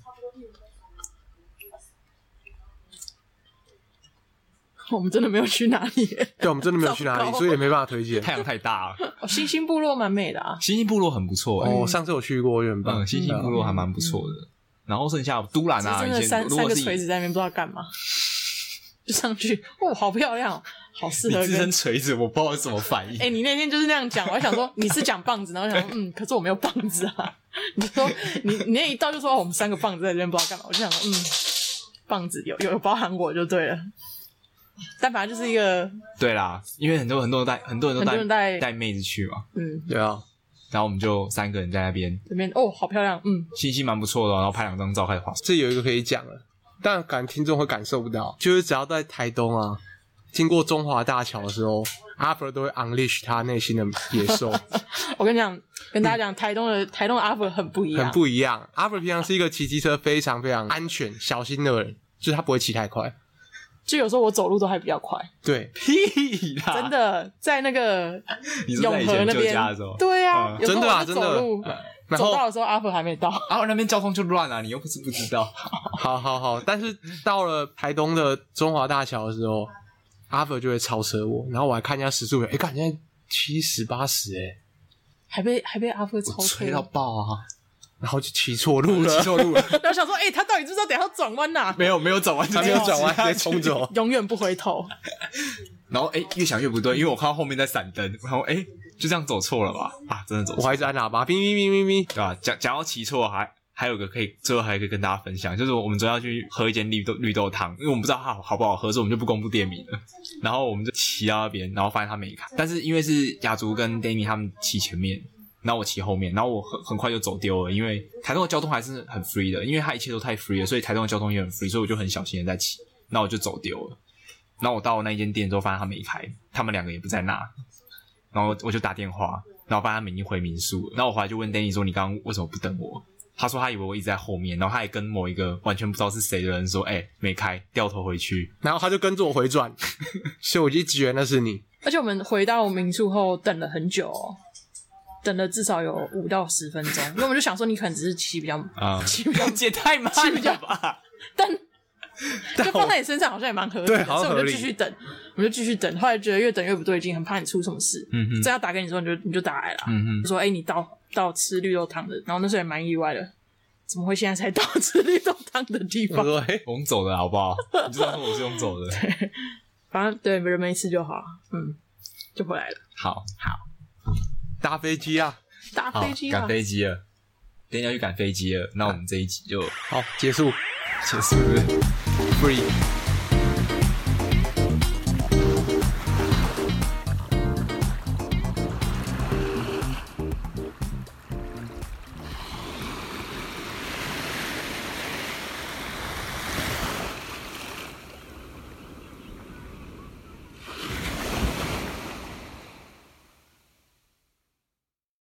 Speaker 2: 我们真的没有去哪里，
Speaker 3: 对，我们真的没有去哪里，所以也没办法推荐。
Speaker 1: 太阳太大了。
Speaker 2: 哦，星星部落蛮美的啊，
Speaker 1: 星星部落很不错、欸。
Speaker 3: 哦，上次我去过，很棒。
Speaker 1: 嗯，星星部落还蛮不错的。嗯、然后剩下都兰啊，
Speaker 2: 真的
Speaker 1: 以前
Speaker 2: 三三个
Speaker 1: 如果是
Speaker 2: 锤子在那边不知道干嘛，就上去，哦，好漂亮，好适合跟。
Speaker 1: 你自称锤子，我不知道是什么反应。
Speaker 2: 哎、欸，你那天就是那样讲，我还想说你是讲棒子，然后想说嗯，可是我没有棒子啊。你就说你你那一到就说、哦、我们三个棒子在这边不知道干嘛，我就想说嗯，棒子有有包含我就对了。但反正就是一个
Speaker 1: 对啦，因为很多很多人带很多人都带
Speaker 2: 很多人带
Speaker 1: 带妹子去嘛，
Speaker 2: 嗯，
Speaker 3: 对啊，
Speaker 1: 然后我们就三个人在那边，
Speaker 2: 这边哦好漂亮，嗯，
Speaker 1: 信息蛮不错的，然后拍两张照开始滑。
Speaker 3: 这有一个可以讲了，但感听众会感受不到，就是只要在台东啊，经过中华大桥的时候，阿弗都会 unleash 他内心的野兽。
Speaker 2: 我跟你讲，跟大家讲，台东的台东的阿弗很不一样，
Speaker 3: 很不一样。阿弗平常是一个骑机车非常非常安全、小心的人，就是他不会骑太快。
Speaker 2: 就有时候我走路都还比较快，
Speaker 3: 对，
Speaker 1: 屁啦，
Speaker 2: 真的在那个
Speaker 1: 你是
Speaker 2: 永
Speaker 1: 在以前旧
Speaker 2: 和那边
Speaker 1: 家的时候，
Speaker 2: 对啊，
Speaker 1: 嗯
Speaker 2: 有时候
Speaker 3: 真的啊
Speaker 2: 我就走路
Speaker 3: 真的然后
Speaker 2: 走到的时候阿弗还没到，
Speaker 1: 然后那边交通就乱了，你又不是不知道。
Speaker 3: 好好好，但是到了台东的中华大桥的时候，阿弗就会超车我，然后我还看一下时速表，哎，看现在七十八十，哎，
Speaker 2: 还被还被阿弗超车
Speaker 1: 吹到爆啊！
Speaker 3: 然后就骑错路了，
Speaker 1: 骑错路了，
Speaker 2: 然后想说，哎、欸，他到底知不知道等一下要转弯呐？
Speaker 1: 没有没有转弯，
Speaker 3: 他没有转弯，直接冲走，
Speaker 2: 永远不回头。
Speaker 1: 然后哎、欸，越想越不对，因为我看到后面在闪灯，然后哎、欸，就这样走错了吧？啊，真的走错了，
Speaker 3: 我还一直按喇叭，哔哔哔哔哔，
Speaker 1: 对吧？讲讲到骑错，还还有个可以，最后还可以跟大家分享，就是我们昨天要去喝一间绿豆绿豆汤，因为我们不知道它好好不好喝，所以我们就不公布店名了。然后我们就骑到那边，然后发现他没开，但是因为是雅竹跟 Danny 他们骑前面。然后我骑后面，然后我很很快就走丢了，因为台东的交通还是很 free 的，因为它一切都太 free 了，所以台东的交通也很 free，所以我就很小心的在骑，然后我就走丢了。然后我到那间店之后，发现他没开，他们两个也不在那，然后我就打电话，然后发现他们已经回民宿了。然后我回来就问 Danny 说：“你刚刚为什么不等我？”他说他以为我一直在后面，然后他也跟某一个完全不知道是谁的人说：“哎、欸，没开，掉头回去。”
Speaker 3: 然后他就跟着我回转，所以我就一直觉得那是你。
Speaker 2: 而且我们回到民宿后等了很久哦。等了至少有五到十分钟，因为我们就想说你可能只是骑比较
Speaker 1: 啊，
Speaker 2: 骑比较
Speaker 1: 也太慢了吧？
Speaker 2: 但就放在你身上好像也蛮合理的，
Speaker 3: 对，
Speaker 2: 所以我们就继续等，我们就继续等。后来觉得越等越不对劲，很怕你出什么事。
Speaker 1: 嗯哼，
Speaker 2: 这要打给你说，你就你就打来了。
Speaker 1: 嗯哼，
Speaker 2: 说哎、欸，你到到吃绿豆汤的，然后那时候也蛮意外的，怎么会现在才到吃绿豆汤的地方？
Speaker 3: 我说哎，
Speaker 1: 我用走的好不好？你知道我是用走的，
Speaker 2: 对，反正对人没事就好，嗯，就回来了。
Speaker 1: 好，
Speaker 2: 好。
Speaker 3: 搭飞机啊，
Speaker 2: 搭飞机啊，
Speaker 1: 赶飞机了，等一下要去赶飞机了，那我们这一集就
Speaker 3: 好结束，
Speaker 1: 结束了
Speaker 3: free。